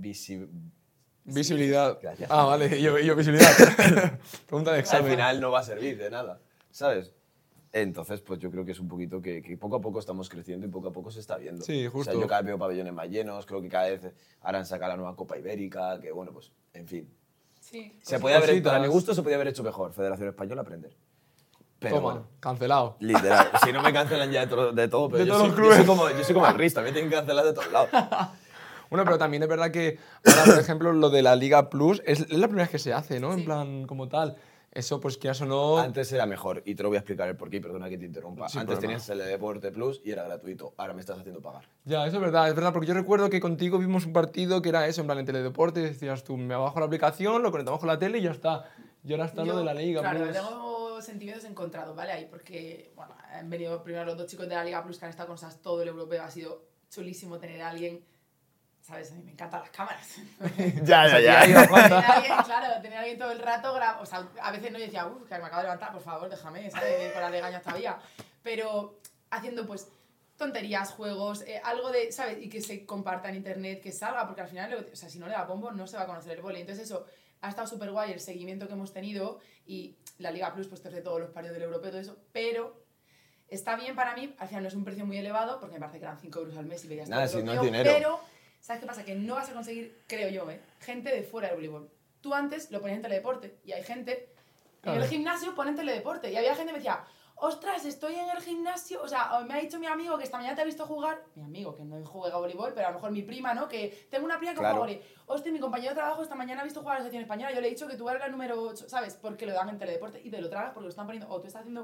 Speaker 3: Visibilidad.
Speaker 1: Gracias.
Speaker 3: Ah, vale, yo visibilidad. Pregunta de
Speaker 1: al
Speaker 3: examen.
Speaker 1: final no va a servir de nada, ¿sabes? Entonces, pues yo creo que es un poquito que poco a poco estamos creciendo y poco a poco se está viendo.
Speaker 3: Sí,
Speaker 1: O
Speaker 3: justo.
Speaker 1: sea, yo cada vez veo pabellones más llenos, creo que cada vez harán sacar la nueva Copa Ibérica, que bueno, pues, en fin.
Speaker 4: Sí.
Speaker 1: Se podía haber,
Speaker 3: Cositas.
Speaker 1: para mi gusto, se podía haber hecho mejor. Federación Española, aprender. Pero
Speaker 3: Toma,
Speaker 1: bueno,
Speaker 3: cancelado.
Speaker 1: literal. Si no me cancelan ya de todo, pero
Speaker 3: De
Speaker 1: yo
Speaker 3: todos
Speaker 1: soy,
Speaker 3: los clubes.
Speaker 1: yo soy como el RIS, también tienen que cancelar de todos lados.
Speaker 3: Bueno, pero también es verdad que ahora, por ejemplo, lo de la Liga Plus es la primera vez que se hace, ¿no?
Speaker 4: Sí.
Speaker 3: En plan, como tal. Eso, pues, quieras o no...
Speaker 1: Antes era mejor, y te lo voy a explicar el porqué, perdona que te interrumpa.
Speaker 3: Sin
Speaker 1: Antes
Speaker 3: problema.
Speaker 1: tenías el Deporte Plus y era gratuito, ahora me estás haciendo pagar.
Speaker 3: Ya, eso es verdad, porque yo recuerdo que contigo vimos un partido que era eso, en plan, en Teledeporte, y decías tú, me bajo la aplicación, lo conectamos con la tele y ya está. Y ahora está lo de la Liga
Speaker 4: Claro,
Speaker 3: Plus.
Speaker 4: tengo sentimientos encontrados, ¿vale? Ahí, porque, bueno, han venido primero los 2 chicos de la Liga Plus que han estado con nosotros todo el europeo. Ha sido chulísimo tener a alguien, ¿sabes? A mí me encantan las cámaras.
Speaker 1: Ya,
Speaker 3: Tener a alguien,
Speaker 4: Claro, tener a alguien todo el rato, o sea, a veces no decía, que me acabo de levantar, por favor, déjame, ¿sabes? Con las legañas todavía. Pero haciendo, pues, tonterías, juegos, algo de, ¿sabes? Y que se comparta en internet, que salga, porque al final, o sea, si no le da bombo, no se va a conocer el vóley. Entonces eso ha estado súper guay, el seguimiento que hemos tenido, y la Liga Plus, pues te ofrece todos los partidos del europeo, todo eso, pero está bien para mí, al final no es un precio muy elevado, porque me parece que eran 5 euros al mes y veías
Speaker 1: Nada,
Speaker 4: todo el
Speaker 1: si no es
Speaker 4: europeo,
Speaker 1: dinero.
Speaker 4: pero, ¿sabes qué pasa? Que no vas a conseguir, creo yo, gente de fuera del voleibol. Tú antes lo ponías en Teledeporte, y hay gente
Speaker 3: Claro.
Speaker 4: en el gimnasio ponen Teledeporte, y había gente que me decía, ostras, estoy en el gimnasio, o sea, me ha dicho mi amigo que esta mañana te ha visto jugar, mi amigo que no juega a voleibol, pero a lo mejor mi prima, ¿no? Que tengo una prima que
Speaker 1: Claro.
Speaker 4: juega a voleibol. Hostia, mi compañero de trabajo esta mañana ha visto jugar a la selección española, yo le he dicho que tú eres la número 8, ¿sabes? Porque lo dan en Teledeporte y te lo tragas porque lo están poniendo, o tú estás haciendo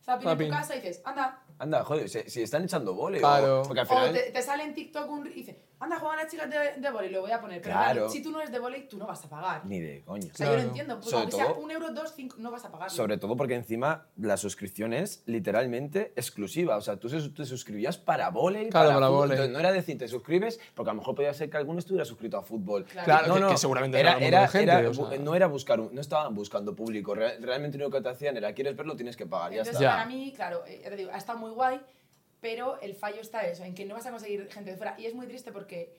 Speaker 4: Zapin en tu
Speaker 3: Zapin.
Speaker 4: casa y dices, anda.
Speaker 1: Anda, joder, si están echando vole.
Speaker 3: Claro.
Speaker 1: Porque al
Speaker 4: O
Speaker 1: final...
Speaker 4: te sale en TikTok y dices, anda, juegan las chicas de vóley, lo voy a poner. Pero
Speaker 1: Claro.
Speaker 4: claro, si tú no eres de vóley, tú no vas a pagar.
Speaker 1: Ni de coña.
Speaker 4: O sea, yo lo
Speaker 3: Claro.
Speaker 4: entiendo. Pues
Speaker 1: Sobre
Speaker 4: aunque sea
Speaker 1: todo-
Speaker 4: 1 euro, 2, 5, no vas a pagar.
Speaker 1: Sobre todo porque encima la suscripción es literalmente exclusiva. O sea, tú te suscribías para vóley,
Speaker 3: Claro, para
Speaker 1: fútbol.
Speaker 3: vóley.
Speaker 1: Entonces, no era decir, te suscribes, porque a lo mejor podía ser que alguno estuviera suscrito a fútbol.
Speaker 3: Claro, que seguramente
Speaker 1: era,
Speaker 3: era un montón de
Speaker 1: era,
Speaker 3: gente,
Speaker 1: era-
Speaker 3: o sea.
Speaker 1: no era buscar, no estaban buscando público. Realmente lo único que te hacían era, ¿quieres verlo? Tienes que pagar, ya
Speaker 4: Entonces,
Speaker 1: está.
Speaker 3: Ya.
Speaker 4: para mí, claro, ya te digo, ha estado muy guay, pero el fallo está eso, en que no vas a conseguir gente de fuera. Y es muy triste porque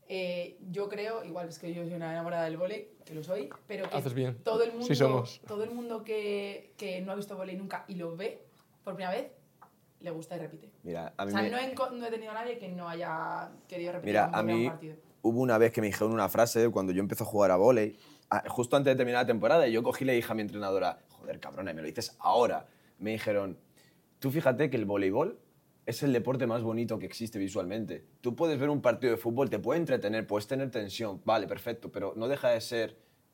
Speaker 4: yo creo, igual es que yo soy una enamorada del vóley, que lo soy, pero que
Speaker 3: Haces bien.
Speaker 4: todo el mundo,
Speaker 3: Sí somos.
Speaker 4: todo el mundo que no ha visto vóley nunca y lo ve por primera vez, le gusta y repite.
Speaker 1: Mira, a
Speaker 4: O
Speaker 1: mí
Speaker 4: sea,
Speaker 1: me-
Speaker 4: no he tenido a nadie que no haya querido repetir
Speaker 1: Mira,
Speaker 4: aunque
Speaker 1: a
Speaker 4: vea un
Speaker 1: mí
Speaker 4: partido.
Speaker 1: hubo una vez que me dijeron una frase cuando yo empecé a jugar a vóley, justo antes de terminar la temporada, y yo cogí y le dije a mi entrenadora, joder, cabrona, me lo dices ahora. Me dijeron, tú fíjate que el voleibol es el deporte más bonito que existe visualmente. Tú puedes ver un partido de fútbol, te puede entretener, puedes tener tensión, vale, perfecto, pero no deja de ser,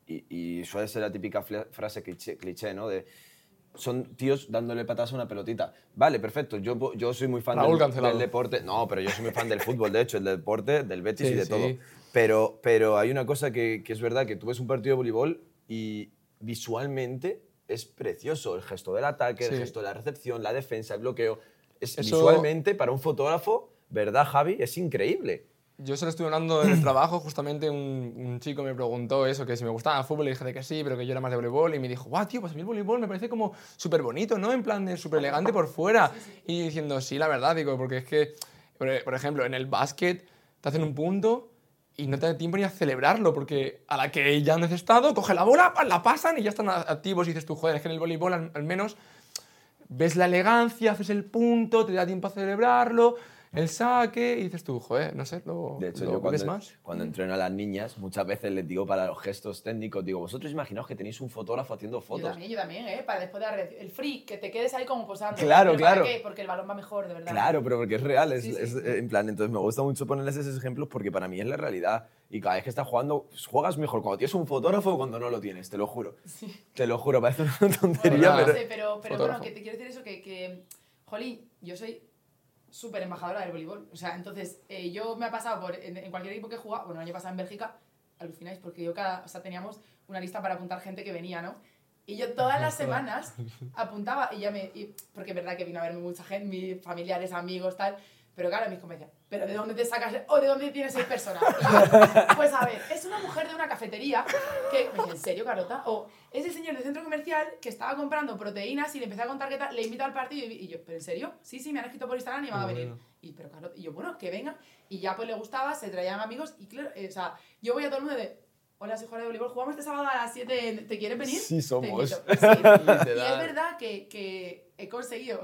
Speaker 1: y suele ser la típica frase cliché, ¿no? De, son tíos dándole patas a una pelotita. Vale, perfecto, yo soy muy fan
Speaker 3: Raúl
Speaker 1: del
Speaker 3: cancelado.
Speaker 1: deporte. No, pero yo soy muy fan del fútbol, de hecho, el deporte, del Betis
Speaker 3: Sí,
Speaker 1: y de
Speaker 3: sí.
Speaker 1: todo. Pero hay una cosa que es verdad, que tú ves un partido de voleibol y visualmente es precioso. El gesto del ataque, el
Speaker 3: Sí.
Speaker 1: gesto de la recepción, la defensa, el bloqueo.
Speaker 3: Eso-
Speaker 1: Visualmente, para un fotógrafo, ¿verdad, Javi? Es increíble.
Speaker 3: Yo se lo estuve hablando en el trabajo, justamente un chico me preguntó eso, que si me gustaba el fútbol, y dije de que sí, pero que yo era más de voleibol, y me dijo, guau, tío, pues a mí el voleibol me parece como súper bonito, ¿no? En plan de súper elegante por fuera. Y diciendo, sí, la verdad, digo, porque es que, por ejemplo, en el básquet te hacen un punto y no te da tiempo ni a celebrarlo, porque a la que ya han necesitado, coge la bola, la pasan y ya están activos, y dices tú, joder, es que en el voleibol al menos ves la elegancia, haces el punto, te da tiempo a celebrarlo, el saque, y dices tú, joder, no sé,
Speaker 1: De hecho,
Speaker 3: lo
Speaker 1: yo
Speaker 3: ves
Speaker 1: cuando,
Speaker 3: más.
Speaker 1: cuando entreno a las niñas, muchas veces les digo para los gestos técnicos, digo, vosotros imaginaos que tenéis un fotógrafo haciendo fotos.
Speaker 4: Yo también, ¿eh? Para después de el free, que te quedes ahí como posando.
Speaker 1: Claro,
Speaker 4: ¿Pero para
Speaker 1: claro.
Speaker 4: qué? Porque el balón va mejor, de verdad.
Speaker 1: Claro, pero porque es real,
Speaker 4: Sí, sí.
Speaker 1: es en plan, entonces me gusta mucho ponerles esos ejemplos porque para mí es la realidad. Y cada vez que estás jugando, juegas mejor cuando tienes un fotógrafo o cuando no lo tienes, te lo juro. Te lo juro, parece una tontería,
Speaker 4: Bueno, no
Speaker 1: pero...
Speaker 4: sé, pero bueno,
Speaker 3: Fotógrafo.
Speaker 4: que te quiero decir eso, que jolín, yo soy súper embajadora del voleibol. O sea, entonces, yo me ha pasado en cualquier equipo que he jugado, bueno, el año pasado en Bélgica, alucináis, porque yo teníamos una lista para apuntar gente que venía, ¿no? Y yo todas las semanas apuntaba porque es verdad que vino a verme mucha gente, mis familiares, amigos, tal. Pero claro, mis compañeros, ¿pero de dónde te sacas? ¿O de dónde tienes 6 personas? Y yo, pues a ver, es una mujer de una cafetería que, me dice, ¿en serio, Carlota? O es el señor del centro comercial que estaba comprando proteínas y le empecé a contar qué tal, le invito al partido y yo, ¿pero en serio? Sí, me han escrito por Instagram y van a venir.
Speaker 3: Bueno.
Speaker 4: Pero Carlota, y yo, bueno, que venga. Y ya pues le gustaba, se traían amigos y claro, o sea, yo voy a todo el mundo de, hola, soy jugadora de voleibol, jugamos este sábado a las 7, ¿te quieres venir?
Speaker 1: Sí somos.
Speaker 4: Te invito. Pues sí. Y es
Speaker 3: Literal.
Speaker 4: verdad que he conseguido,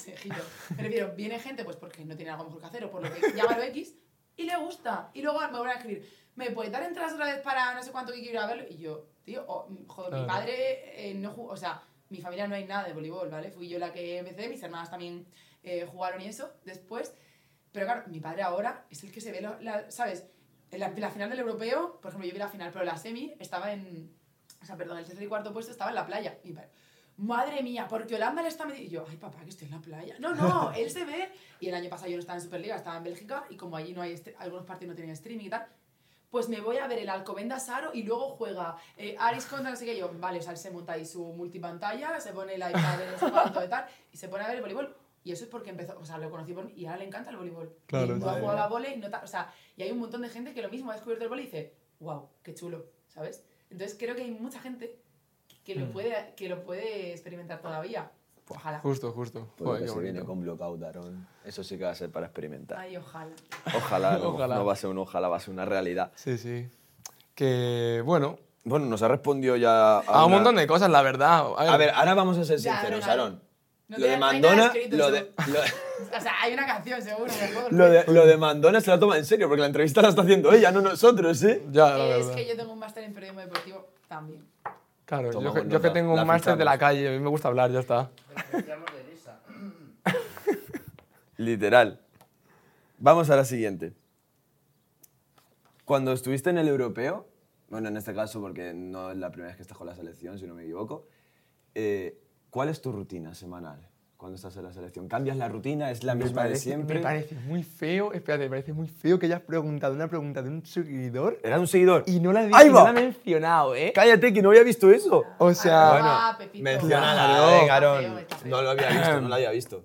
Speaker 4: me refiero, viene gente pues porque no tiene algo mejor que hacer o por lo que llama lo X y le gusta. Y luego me van a escribir, ¿me puedes dar entradas otra vez para no sé cuánto que quiero ir a verlo? Y yo, tío, joder, mi
Speaker 3: Claro.
Speaker 4: padre no jugó, o sea, mi familia no hay nada de voleibol, ¿vale? Fui yo la que empecé, mis hermanas también jugaron y eso después. Pero claro, mi padre ahora es el que se ve, ¿sabes? En la final del europeo, por ejemplo, yo vi la final, pero la semi estaba el tercer y cuarto puesto estaba en la playa. Y mi padre, madre mía, porque Holanda le está metiendo. Y yo, ay papá, que estoy en la playa. No, él se ve. Y el año pasado yo no estaba en Superliga, estaba en Bélgica. Y como allí no hay algunos partidos no tienen streaming y tal, pues me voy a ver el Alcobendas Aro y luego juega Aris contra no sé qué. Yo, vale, o sea, él se monta ahí su multipantalla, se pone el iPad de no sé cuánto y tal, y se pone a ver el voleibol. Y eso es porque empezó, o sea, lo conocí y ahora le encanta el voleibol.
Speaker 3: Claro,
Speaker 4: y no ha
Speaker 3: sí.
Speaker 4: jugado a volei, o sea, y hay un montón de gente que lo mismo ha descubierto el volei y dice, wow, qué chulo, ¿sabes? Entonces creo que hay mucha gente que lo puede experimentar todavía. Ojalá.
Speaker 3: Justo.
Speaker 1: Pues
Speaker 3: Joder,
Speaker 1: lo
Speaker 3: qué
Speaker 1: que se viene
Speaker 3: bonito.
Speaker 1: con Blockout, Aaron. Eso sí que va a ser para experimentar.
Speaker 4: Ay, ojalá.
Speaker 1: Ojalá, no,
Speaker 3: Ojalá.
Speaker 1: no va a ser un ojalá, va a ser una realidad.
Speaker 3: Sí. Que, bueno,
Speaker 1: Bueno, nos ha respondido ya
Speaker 3: a un montón de cosas, la verdad.
Speaker 1: A ver, ahora vamos a ser
Speaker 4: Ya,
Speaker 1: sinceros,
Speaker 4: venga.
Speaker 1: Aaron.
Speaker 4: No
Speaker 1: Lo de
Speaker 4: hay nada
Speaker 1: Mandona,
Speaker 4: escrito,
Speaker 1: lo
Speaker 4: seguro.
Speaker 1: de,
Speaker 4: O sea, hay una canción seguro en el juego.
Speaker 1: lo de Mandona se la toma en serio, porque la entrevista la está haciendo ella, no nosotros, ¿eh?
Speaker 3: ya, la
Speaker 4: Es
Speaker 3: verdad.
Speaker 4: que yo tengo un máster en periodismo deportivo también.
Speaker 3: Claro,
Speaker 1: Tomamos
Speaker 3: yo que
Speaker 1: nota,
Speaker 3: tengo
Speaker 1: la
Speaker 3: un máster de la
Speaker 1: fichamos.
Speaker 3: calle, a mí me gusta hablar, ya está.
Speaker 1: Literal. Vamos a la siguiente. Cuando estuviste en el europeo, bueno, en este caso porque no es la primera vez que estás con la selección, si no me equivoco, ¿cuál es tu rutina semanal?
Speaker 2: cuando estás en la selección? ¿Cambias la rutina? ¿Es la misma de siempre?
Speaker 3: Me parece muy feo, espérate, me parece muy feo que hayas preguntado una pregunta de un seguidor
Speaker 2: ¿Era un seguidor?
Speaker 3: y no la
Speaker 2: ¡Ahí va!
Speaker 3: no la has mencionado, ¿eh?
Speaker 2: ¡Cállate, que no había visto eso!
Speaker 3: O sea,
Speaker 4: Arroba Pepito.
Speaker 2: Menciónala,
Speaker 3: Claro.
Speaker 2: venga, Aaron.
Speaker 4: Está feo, está feo.
Speaker 2: No lo había visto, no lo había visto.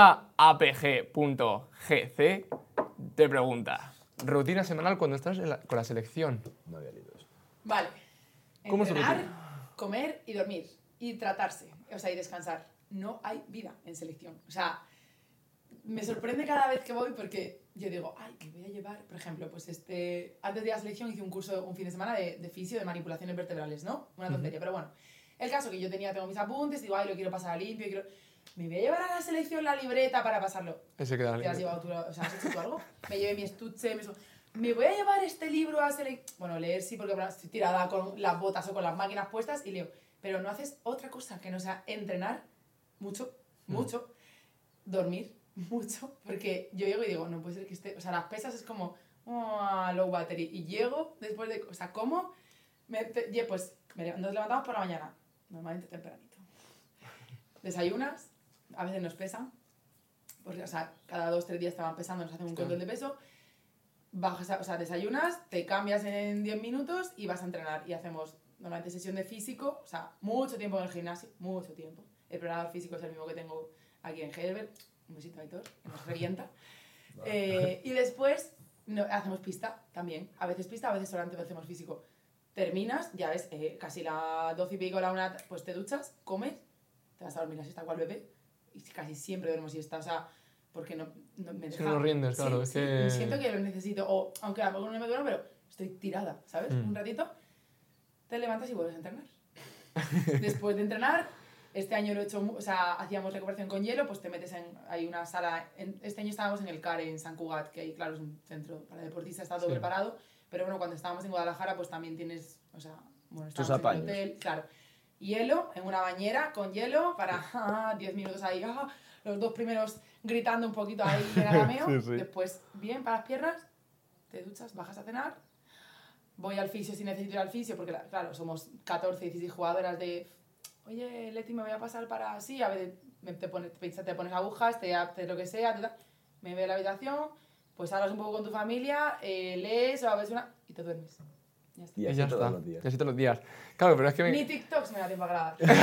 Speaker 3: @apg.gc te pregunta, rutina semanal cuando estás con la selección.
Speaker 2: No había leído eso.
Speaker 4: Vale.
Speaker 3: ¿Cómo es tu
Speaker 4: Entrenar,
Speaker 3: rutina?
Speaker 4: comer y dormir. Y tratarse, o sea, y descansar. No hay vida en selección. O sea, me sorprende cada vez que voy porque yo digo, ay, que voy a llevar, por ejemplo, pues antes de la selección hice un curso un fin de semana de fisio de manipulaciones vertebrales, ¿no? Una tontería, pero bueno. El caso que yo tengo mis apuntes, digo, ay, lo quiero pasar a limpio, me voy a llevar a la selección la libreta para pasarlo.
Speaker 3: Ese queda
Speaker 4: ¿Te has
Speaker 3: libre.
Speaker 4: llevado tú, o sea, has hecho tú algo? Me llevé mi estuche, me voy a llevar este libro a selección. Bueno, leer sí, porque estoy tirada con las botas o con las máquinas puestas y leo. Pero no haces otra cosa que no sea entrenar mucho, dormir mucho, porque yo llego y digo, no puede ser que esté, o sea, las pesas es como low battery, y llego después de, o sea, ¿cómo? Pues nos levantamos por la mañana, normalmente tempranito. Desayunas, a veces nos pesan, porque, o sea, cada 2-3 días te van pesando, nos hacen un control de peso, bajas, o sea, desayunas, te cambias en 10 minutos y vas a entrenar, y hacemos normalmente sesión de físico, o sea, mucho tiempo en el gimnasio, mucho tiempo. El preparador físico es el mismo que tengo aquí en Heidelberg. Un besito a Aitor, que nos revienta. Y después hacemos pista también. A veces pista, a veces solamente hacemos físico. Terminas, ya ves, casi las 12 y pico, la 1, pues te duchas, comes, te vas a dormir la siesta cual bebé. Y casi siempre duermo siesta, o sea, porque no me deja...
Speaker 3: Si no lo rindes, claro,
Speaker 4: Sí,
Speaker 3: es
Speaker 4: sí,
Speaker 3: que...
Speaker 4: siento que lo necesito, o aunque a lo mejor no me duermo, pero estoy tirada, ¿sabes? Un ratito, te levantas y vuelves a entrenar. Después de entrenar, este año lo he hecho, o sea, hacíamos recuperación con hielo, pues te metes hay una sala, este año estábamos en el CARE, en San Cugat, que ahí, claro, es un centro para deportistas, está todo preparado, pero bueno, cuando estábamos en Guadalajara, pues también tienes, o sea, bueno, estábamos en el hotel, claro, hielo, en una bañera con hielo, para 10 minutos ahí, los 2 primeros gritando un poquito ahí en arameo, después bien para las piernas, te duchas, bajas a cenar, voy al fisio si necesito ir al fisio, porque claro, somos 14, 16 jugadoras de... Oye, Leti, me voy a pasar para... Sí, a ver, te pones agujas, te haces lo que sea, me voy a la habitación, pues hablas un poco con tu familia, lees o a veces y te duermes. Ya está.
Speaker 2: Y
Speaker 3: Y
Speaker 2: así
Speaker 3: ya
Speaker 2: todos
Speaker 3: está.
Speaker 2: los días.
Speaker 3: Y así todos los días. Claro, pero es que...
Speaker 4: Ni TikToks me da tiempo a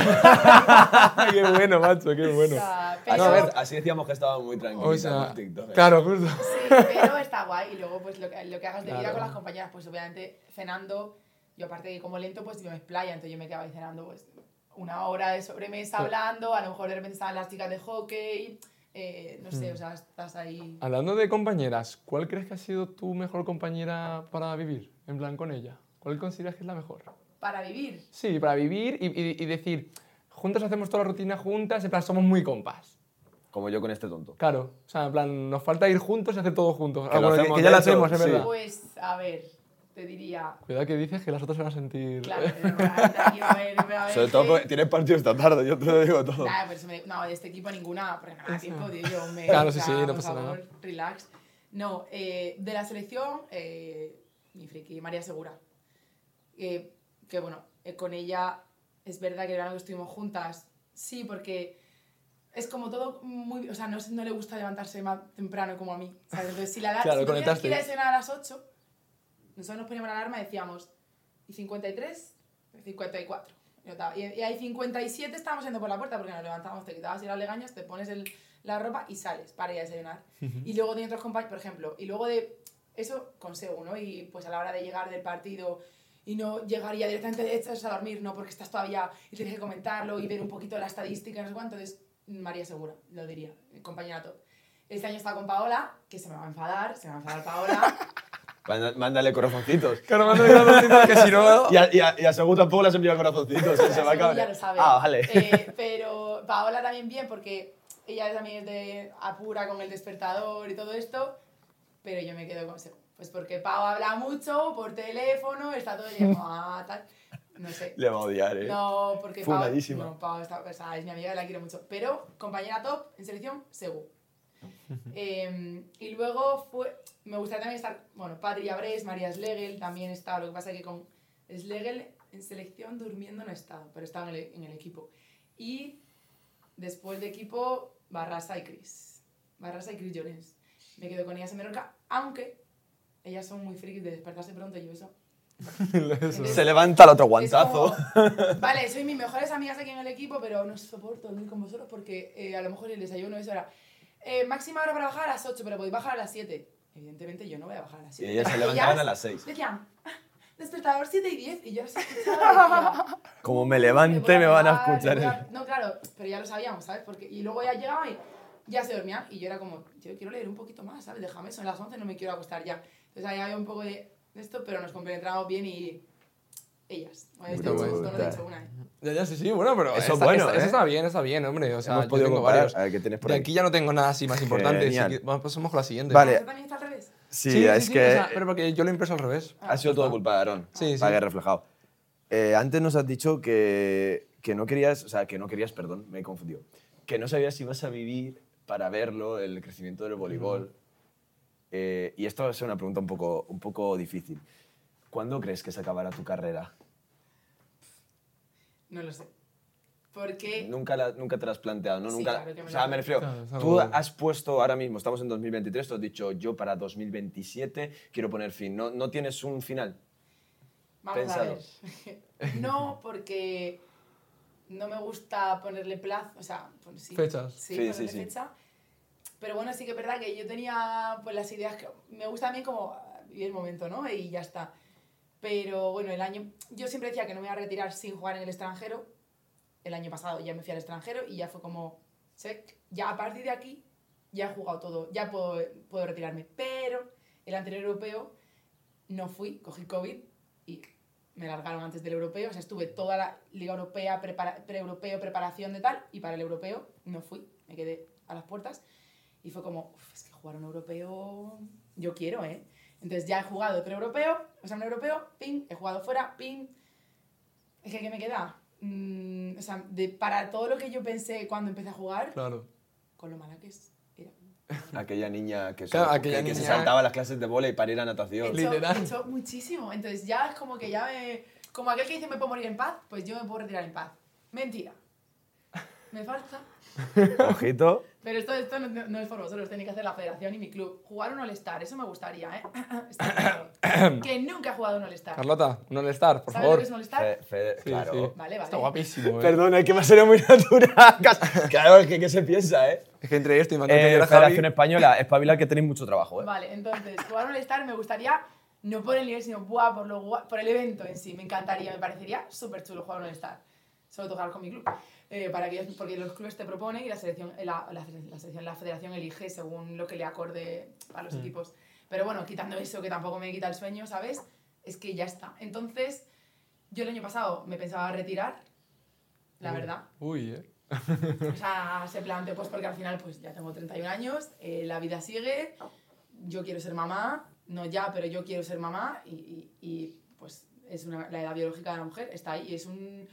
Speaker 4: grabar.
Speaker 3: Qué bueno, macho, qué bueno.
Speaker 4: O sea,
Speaker 2: Así,
Speaker 4: pero,
Speaker 3: a ver,
Speaker 2: así decíamos que estábamos muy tranquilos
Speaker 3: O sea,
Speaker 2: con TikTok.
Speaker 3: claro, justo.
Speaker 4: sí, pero está guay. Y luego, pues lo que hagas de vida
Speaker 3: Claro.
Speaker 4: con las compañeras, pues obviamente cenando, yo aparte de como lento, pues yo me explaya, entonces yo me quedaba ahí cenando, pues 1 hora de sobremesa hablando, a lo mejor de repente estaban las chicas de hockey, no sé, o sea, estás ahí...
Speaker 3: Hablando de compañeras, ¿cuál crees que ha sido tu mejor compañera para vivir? En plan, con ella. ¿Cuál consideras que es la mejor?
Speaker 4: Para vivir.
Speaker 3: Sí, para vivir y decir, juntas hacemos toda la rutina juntas, en plan, somos muy compas.
Speaker 2: Como yo con este tonto.
Speaker 3: Claro, o sea, en plan, nos falta ir juntos y hacer todo juntos.
Speaker 2: Que lo hacemos,
Speaker 3: que ya
Speaker 2: de
Speaker 3: lo
Speaker 2: hecho,
Speaker 3: hacemos, es
Speaker 2: sí.
Speaker 3: verdad.
Speaker 4: Pues, a ver, te diría...
Speaker 3: Cuidado que dices que las otras se van a sentir...
Speaker 4: Claro, aquí va a ver,
Speaker 2: Sobre todo porque tienes partido esta tarde, yo te lo digo todo.
Speaker 4: Nada, pero no, de este equipo ninguna, porque nada, tiempo, tío, yo me...
Speaker 3: Claro,
Speaker 4: o
Speaker 3: sí,
Speaker 4: sea,
Speaker 3: sí, no
Speaker 4: por
Speaker 3: pasa
Speaker 4: favor,
Speaker 3: nada.
Speaker 4: relax. No, de la selección, mi friki, María Segura. Que bueno, con ella es verdad que el verano que estuvimos juntas, sí, porque es como todo muy... O sea, no le gusta levantarse más temprano como a mí, ¿sabes? Entonces, si
Speaker 3: Claro,
Speaker 4: si tenías
Speaker 3: conectaste.
Speaker 4: que ir a cenar a las 8, nosotros nos poníamos la alarma y decíamos, ¿y 53? 54. Y ahí 57 estábamos yendo por la puerta porque nos levantamos, te quitabas las legañas, te pones la ropa y sales para ir a desayunar. Y luego tienes otros compañeros, por ejemplo, y luego de eso consejo, ¿no? Y pues a la hora de llegar del partido y no llegaría directamente de echas a dormir, ¿no? Porque estás todavía y tienes que comentarlo y ver un poquito la estadística, no sé cuánto. Entonces, María Segura, lo diría, compañera top. Este año está con Paola, que se me va a enfadar Paola.
Speaker 2: Mándale corazoncitos.
Speaker 3: Claro, me han corazoncitos que si no...
Speaker 2: Y a Segu tampoco le has enviado corazoncitos, se va a
Speaker 4: Seguro
Speaker 2: cabrear.
Speaker 4: ya lo sabe.
Speaker 2: Ah, vale.
Speaker 4: Pero Paola también bien, porque ella también es de apura con el despertador y todo esto, pero yo me quedo con Segu. Pues porque Pau habla mucho por teléfono, está todo el día como, tal. No sé.
Speaker 2: Le va a odiar, ¿eh?
Speaker 4: No, porque
Speaker 2: Funadísima.
Speaker 4: Pau está, o sea, es mi amiga y la quiero mucho. Pero compañera top en selección, Segu. Y luego me gustaría también estar, bueno, Patri Abrés, María Schlegel también está, lo que pasa es que con Schlegel en selección durmiendo no he estado, pero he estado en el equipo. Y después de equipo, Barrasa y Chris Llorens. Me quedo con ellas en Menorca, aunque ellas son muy frikis de despertarse pronto y yo eso. Entonces,
Speaker 1: Se levanta el otro
Speaker 4: es
Speaker 1: guantazo.
Speaker 4: como, vale, soy mis mejores amigas aquí en el equipo, pero no soporto dormir con vosotros porque a lo mejor el desayuno es hora. Máxima hora para bajar a las 8, pero podéis bajar a las 7. Evidentemente yo no voy a bajar a las 7.
Speaker 1: Y ellas se levantaban a las 6.
Speaker 4: Decían, despertador 7 y 10, y yo las escuchaba.
Speaker 1: Como me levante, me van a escuchar.
Speaker 4: No, claro, pero ya lo sabíamos, ¿sabes? Y luego ya llegaba y ya se dormían, y yo era como, yo quiero leer un poquito más, ¿sabes? Déjame, son las 11, no me quiero acostar ya. Entonces ahí había un poco de esto, pero nos compenetramos bien y ellas. No he dicho una,
Speaker 3: Ya, sí, bueno, pero
Speaker 1: eso es bueno,
Speaker 3: eso está bien, hombre. O sea,
Speaker 1: Hemos
Speaker 3: yo
Speaker 1: podido
Speaker 3: tengo
Speaker 1: comparar.
Speaker 3: varios.
Speaker 1: A ver, ¿qué tienes por
Speaker 3: De
Speaker 1: ahí?
Speaker 3: aquí ya no tengo nada así más importante.
Speaker 1: Genial.
Speaker 3: Así que, bueno, pasamos con la siguiente.
Speaker 1: Vale.
Speaker 4: ¿Eso también está al revés?
Speaker 1: Sí, es que
Speaker 3: o sea, pero porque yo lo he impreso al revés.
Speaker 1: ha sido todo culpa de Aarón.
Speaker 3: Sí, sí.
Speaker 1: Para que reflejado. Antes nos has dicho que no querías, perdón, me he confundido, que no sabías si ibas a vivir para verlo, el crecimiento del voleibol. Y esto va a ser una pregunta un poco difícil. ¿Cuándo crees que se acabará tu carrera?
Speaker 4: No lo sé. Porque...
Speaker 1: Nunca te la has planteado, ¿no?
Speaker 4: Sí,
Speaker 1: Nunca,
Speaker 4: claro que me
Speaker 1: o sea,
Speaker 4: la
Speaker 1: me refiero,
Speaker 3: Claro, es
Speaker 1: tú
Speaker 3: algo-
Speaker 1: has puesto ahora mismo, estamos en 2023, tú has dicho, yo para 2027 quiero poner fin. ¿No tienes un final?
Speaker 4: Vamos
Speaker 1: Pensado.
Speaker 4: a ver. No, porque no me gusta ponerle plazo, o sea, sí.
Speaker 3: Fechas.
Speaker 4: Sí,
Speaker 1: Sí,
Speaker 4: ponerle
Speaker 1: sí.
Speaker 4: fecha. Pero bueno, sí que es verdad que yo tenía pues las ideas que me gusta también como vivir el momento, ¿no? Y ya está. Pero bueno, yo siempre decía que no me iba a retirar sin jugar en el extranjero. El año pasado ya me fui al extranjero y ya fue como, check, ya a partir de aquí ya he jugado todo, ya puedo retirarme. Pero el anterior europeo no fui, cogí COVID y me largaron antes del europeo. O sea, estuve toda la Liga Europea, pre-europeo, preparación de tal, y para el europeo no fui, me quedé a las puertas. Y fue como, es que jugar un europeo yo quiero, ¿eh? Entonces ya he jugado pre-europeo, o sea, un europeo, ping, he jugado fuera, ping. Es que ¿qué me queda? O sea, para todo lo que yo pensé cuando empecé a jugar,
Speaker 3: Claro.
Speaker 4: con lo mala que era.
Speaker 1: Aquella niña que,
Speaker 3: Claro, aquella
Speaker 1: que se
Speaker 3: niña-
Speaker 1: saltaba las clases de vóley para ir a natación.
Speaker 3: Literal.
Speaker 4: He hecho muchísimo. Entonces ya es como que ya como aquel que dice me puedo morir en paz, pues yo me puedo retirar en paz. Mentira. Me falta.
Speaker 1: Ojito.
Speaker 4: Pero esto no es por vosotros, tenéis que hacer la federación y mi club. Jugar un All-Star, eso me gustaría, ¿eh? Está claro. Que nunca he jugado un All-Star.
Speaker 3: Carlota, un All-Star, por
Speaker 4: ¿Sabes
Speaker 3: favor.
Speaker 4: lo que es un All-Star?
Speaker 3: Sí,
Speaker 1: Claro.
Speaker 3: sí.
Speaker 4: Vale.
Speaker 3: Está guapísimo, ¿eh?
Speaker 1: Perdona, es que me ha salido muy natural. Claro, es que ¿qué se piensa, eh?
Speaker 3: Es que entre esto y mandar a
Speaker 1: Federación
Speaker 3: Javi...
Speaker 1: Española, espabila que tenéis mucho trabajo, eh.
Speaker 4: Vale, entonces, jugar un All-Star me gustaría, no por el nivel, sino buah, por el evento en sí. Me encantaría, me parecería súper chulo jugar un All-Star. Solo tocar con mi club. Porque los clubes te proponen y la federación elige según lo que le acorde a los equipos. Pero bueno, quitando eso, que tampoco me quita el sueño, ¿sabes? Es que ya está. Entonces, yo el año pasado me pensaba retirar, la verdad.
Speaker 3: Uy,
Speaker 4: O sea, se planteó pues porque al final pues ya tengo 31 años, la vida sigue, yo quiero ser mamá, no ya, pero yo quiero ser mamá y pues la edad biológica de la mujer está ahí y es un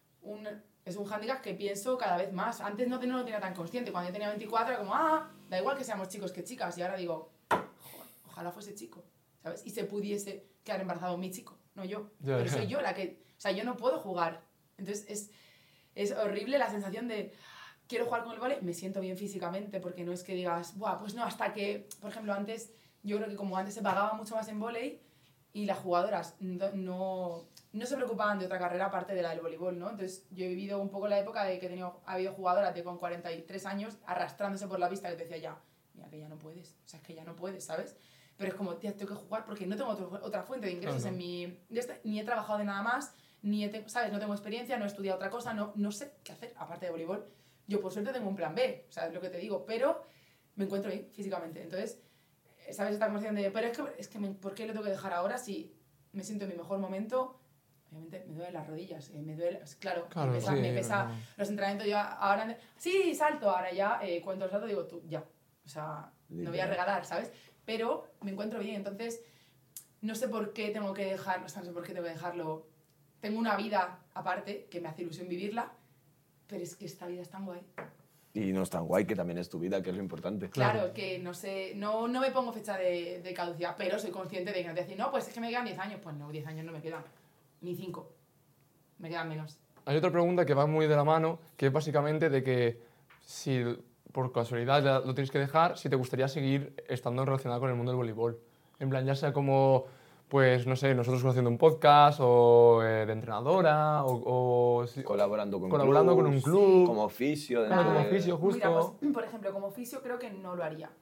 Speaker 4: hándicap que pienso cada vez más. Antes no lo tenía tan consciente, cuando yo tenía 24 era como, da igual que seamos chicos que chicas y ahora digo, joder, ojalá fuese chico, ¿sabes? Y se pudiese quedar embarazado mi chico, no yo,
Speaker 3: Ya,
Speaker 4: pero
Speaker 3: ya.
Speaker 4: soy yo la que, o sea, yo no puedo jugar, entonces es horrible la sensación de quiero jugar con el vóley, me siento bien físicamente porque no es que digas, buah, pues no, hasta que, por ejemplo, antes, yo creo que como antes se pagaba mucho más en vóley y las jugadoras no se preocupaban de otra carrera aparte de la del voleibol, ¿no? Entonces yo he vivido un poco la época de que ha habido jugadoras de con 43 años arrastrándose por la pista que te decía ya, mira que ya no puedes, o sea, es que ya no puedes, ¿sabes? Pero es como, tía, tengo que jugar porque no tengo otra fuente de ingresos en mi... ni he trabajado de nada más, ¿sabes? No tengo experiencia, no he estudiado otra cosa, no sé qué hacer, aparte de voleibol. Yo, por suerte, tengo un plan B, ¿sabes lo que te digo? Pero me encuentro bien físicamente. Entonces, ¿sabes? Esta conversación de, pero es que ¿por qué lo tengo que dejar ahora si me siento en mi mejor momento? Obviamente, me duelen las rodillas, me duele... Claro,
Speaker 3: Claro,
Speaker 4: me pesa
Speaker 3: pero-
Speaker 4: los entrenamientos. Yo ahora... Sí, salto, ahora ya, cuento el salto, digo, tú, ya. O sea, no voy a regalar, ¿sabes? Pero me encuentro bien, entonces no sé por qué tengo que dejarlo, o sea, no sé por qué tengo que dejarlo. Tengo una vida aparte que me hace ilusión vivirla, pero es que esta vida es tan guay.
Speaker 1: Y no es tan guay, que también es tu vida, que es lo importante.
Speaker 4: Claro, que no sé, no me pongo fecha de caducidad, pero soy consciente de que no te decir, no, pues es que me quedan 10 años. Pues no, 10 años no me quedan, ni 5, me quedan menos.
Speaker 3: Hay otra pregunta que va muy de la mano, que es básicamente de que si por casualidad ya lo tienes que dejar si te gustaría seguir estando relacionado con el mundo del voleibol. En plan, ya sea como, pues, no sé, nosotros haciendo un podcast o de entrenadora o
Speaker 1: Colaborando con
Speaker 3: un club.
Speaker 1: Como oficio.
Speaker 3: Claro, como
Speaker 1: de-
Speaker 3: oficio, justo.
Speaker 4: Mira, pues, por ejemplo, como oficio creo que no lo haría.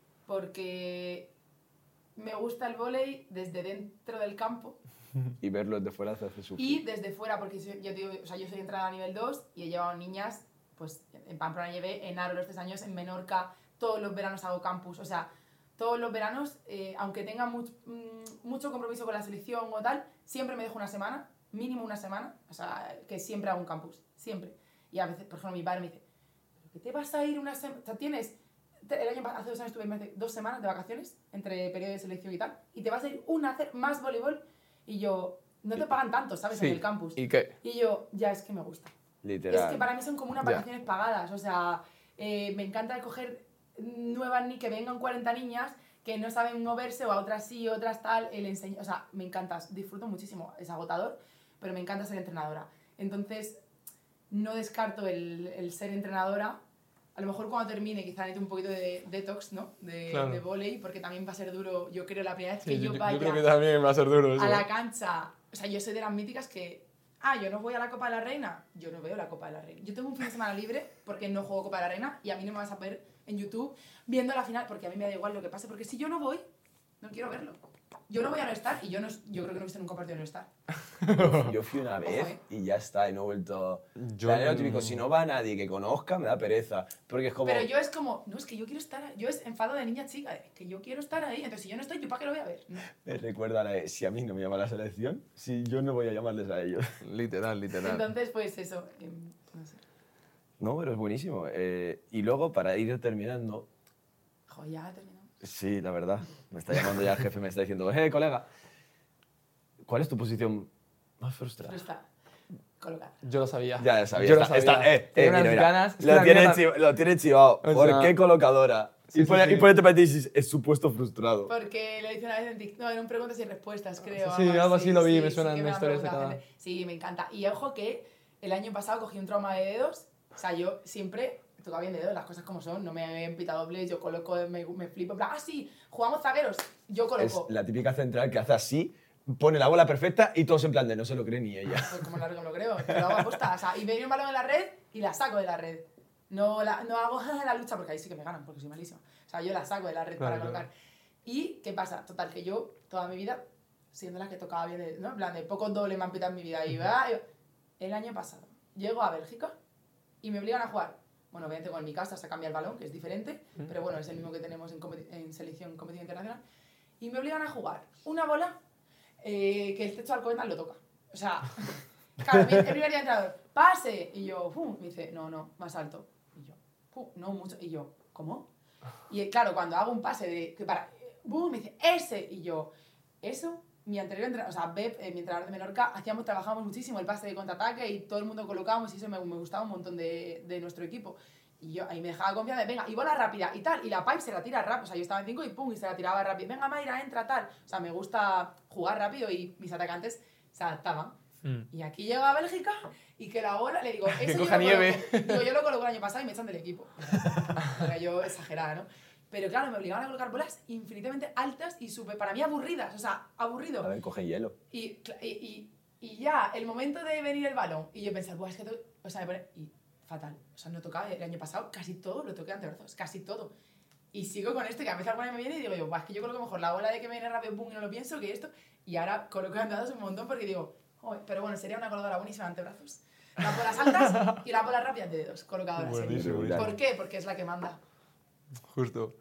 Speaker 4: Porque me gusta el vóley desde dentro del campo
Speaker 1: Y verlo desde fuera se hace su...
Speaker 4: y desde fuera, porque yo, digo, o sea, yo soy entrenadora a nivel 2 y he llevado niñas, pues en Pamplona llevé, en Aro los 3 años, en Menorca, todos los veranos hago campus, o sea, todos los veranos, aunque tenga mucho compromiso con la selección o tal, siempre me dejo una semana, mínimo una semana, o sea, que siempre hago un campus, siempre. Y a veces, por ejemplo, mi padre me dice, ¿pero qué te vas a ir una semana? O sea, tienes, hace 2 años tuve 2 semanas de vacaciones entre periodo de selección y tal, y te vas a ir una a hacer más voleibol, y yo, no te pagan tanto, ¿sabes?
Speaker 3: Sí.
Speaker 4: En el campus.
Speaker 3: ¿Y qué?
Speaker 4: Y yo, ya, es que me gusta.
Speaker 1: Literal.
Speaker 4: Es que para mí son como unas vacaciones pagadas, o sea, me encanta coger nuevas ni que vengan 40 niñas que no saben moverse o a otras sí, otras tal, o sea, me encanta, disfruto muchísimo, es agotador, pero me encanta ser entrenadora. Entonces, no descarto el ser entrenadora. A lo mejor cuando termine quizá necesito un poquito de detox, ¿no? De vóley, porque también va a ser duro, yo creo, la primera vez que yo vaya
Speaker 3: yo creo que también va a ser duro eso.
Speaker 4: a la cancha. O sea, yo soy de las míticas que, yo no voy a la Copa de la Reina, yo no veo la Copa de la Reina. Yo tengo un fin de semana libre porque no juego Copa de la Reina y a mí no me vas a ver en YouTube viendo la final porque a mí me da igual lo que pase, porque si yo no voy, no quiero verlo. Yo no voy a no estar y yo creo que no he visto nunca un partido de no estar.
Speaker 1: Yo fui una
Speaker 4: Ojo,
Speaker 1: vez y ya está, y no he vuelto...
Speaker 3: Yo
Speaker 1: Claro, lo
Speaker 3: no-
Speaker 1: típico, si no va nadie que conozca, me da pereza. Porque es como...
Speaker 4: Pero yo es como, no, es que yo quiero estar, yo es enfado de niña chica, que yo quiero estar ahí, entonces si yo no estoy, ¿yo para qué lo voy a ver? No.
Speaker 1: Me recuerda a la de, si a mí no me llama la selección, si yo no voy a llamarles a ellos.
Speaker 3: Literal.
Speaker 4: Entonces, pues eso, no sé.
Speaker 1: No, pero es buenísimo. Y luego, para ir terminando...
Speaker 4: Jo, ya terminamos.
Speaker 1: Sí, la verdad. Me está llamando ya el jefe, me está diciendo, colega, ¿cuál es tu posición más frustrada?
Speaker 4: Pero está colocada.
Speaker 3: Yo lo sabía.
Speaker 1: Ya sabía.
Speaker 3: Yo lo
Speaker 1: está,
Speaker 3: sabía. Tenía unas
Speaker 1: mira,
Speaker 3: ganas. Es que
Speaker 1: Lo
Speaker 3: la
Speaker 1: tiene,
Speaker 3: mía
Speaker 1: lo tiene chivado.
Speaker 3: O
Speaker 1: ¿Por
Speaker 3: sea,
Speaker 1: qué colocadora?
Speaker 3: sí,
Speaker 1: y pone
Speaker 3: sí.
Speaker 1: entre paréntesis, es supuesto frustrado.
Speaker 4: Porque lo hice una vez en TikTok, no, en un preguntas y respuestas, creo.
Speaker 3: Sí, algo así lo vi, me
Speaker 4: sí,
Speaker 3: suenan
Speaker 4: que
Speaker 3: de
Speaker 4: han
Speaker 3: historias de
Speaker 4: preguntado
Speaker 3: cada-
Speaker 4: gente. Sí, me encanta. Y ojo que el año pasado cogí un trauma de dedos. O sea, yo siempre tocaba bien de dedos, las cosas como son. No me he pitado dobles, yo coloco, me flipo. En plan, sí, jugamos zagueros. Yo
Speaker 1: Es
Speaker 4: coloco.
Speaker 1: la típica central que hace así, pone la bola perfecta y todos en plan de no se lo cree ni ella.
Speaker 4: Pues como largo me lo creo, pero lo hago aposta. O sea, y me viene un balón en la red y la saco de la red. No hago la lucha porque ahí sí que me ganan, porque soy malísima. O sea, yo la saco de la red
Speaker 3: Claro,
Speaker 4: para colocar. ¿Y qué pasa? Total, que yo toda mi vida, siendo la que tocaba bien, ¿no? En plan, de pocos dobles me han pitado en mi vida. Y el año pasado llego a Bélgica y me obligan a jugar. Bueno, obviamente con mi casa se cambia el balón, que es diferente, pero bueno, es el mismo que tenemos en selección, en competición internacional. Y me obligan a jugar una bola que el techo de Alcobendas lo toca. O sea, claro, el primer día de entrenador, pase. Y yo, me dice, no, más alto. Y yo, no mucho. Y yo, ¿cómo? Y claro, cuando hago un pase me dice, ese. Y yo, eso, mi anterior entrenador, o sea, Beb, mi entrenador de Menorca, trabajábamos muchísimo el pase de contraataque y todo el mundo colocábamos y eso me gustaba un montón de nuestro equipo. Y yo ahí me dejaba confianza de, venga, y bola rápida y tal. Y la pipe se la tira rápido. O sea, yo estaba en 5 y pum, y se la tiraba rápido. Venga, Mayra, entra, tal. O sea, me gusta jugar rápido y mis atacantes se adaptaban. Y aquí llego a Bélgica y que la bola, le digo,
Speaker 3: Que
Speaker 4: eso
Speaker 3: coja nieve.
Speaker 4: Digo, yo lo coloco el año pasado y me echan del equipo. Porque yo exagerada, ¿no? Pero claro, me obligaban a colocar bolas infinitamente altas y súper, para mí, aburridas. O sea, aburrido.
Speaker 1: A ver, coge hielo.
Speaker 4: Y ya, el momento de venir el balón. Y yo pensar, es que o sea, me pone... Y fatal. O sea, no tocaba el año pasado, casi todo lo toqué antebrazos, casi todo. Y sigo con esto, que a veces alguna vez me viene y digo yo, es que yo coloco mejor la bola de que me viene rápido, pum, y no lo pienso, que esto. Y ahora coloco antebrazos un montón porque digo, pero bueno, sería una colocadora buenísima de antebrazos. Las bolas altas y las bolas rápidas de dedos, colocadoras.
Speaker 3: Buenísimo,
Speaker 4: sería.
Speaker 1: buenísimo.
Speaker 4: ¿Por qué? Porque es la que manda.
Speaker 3: Justo.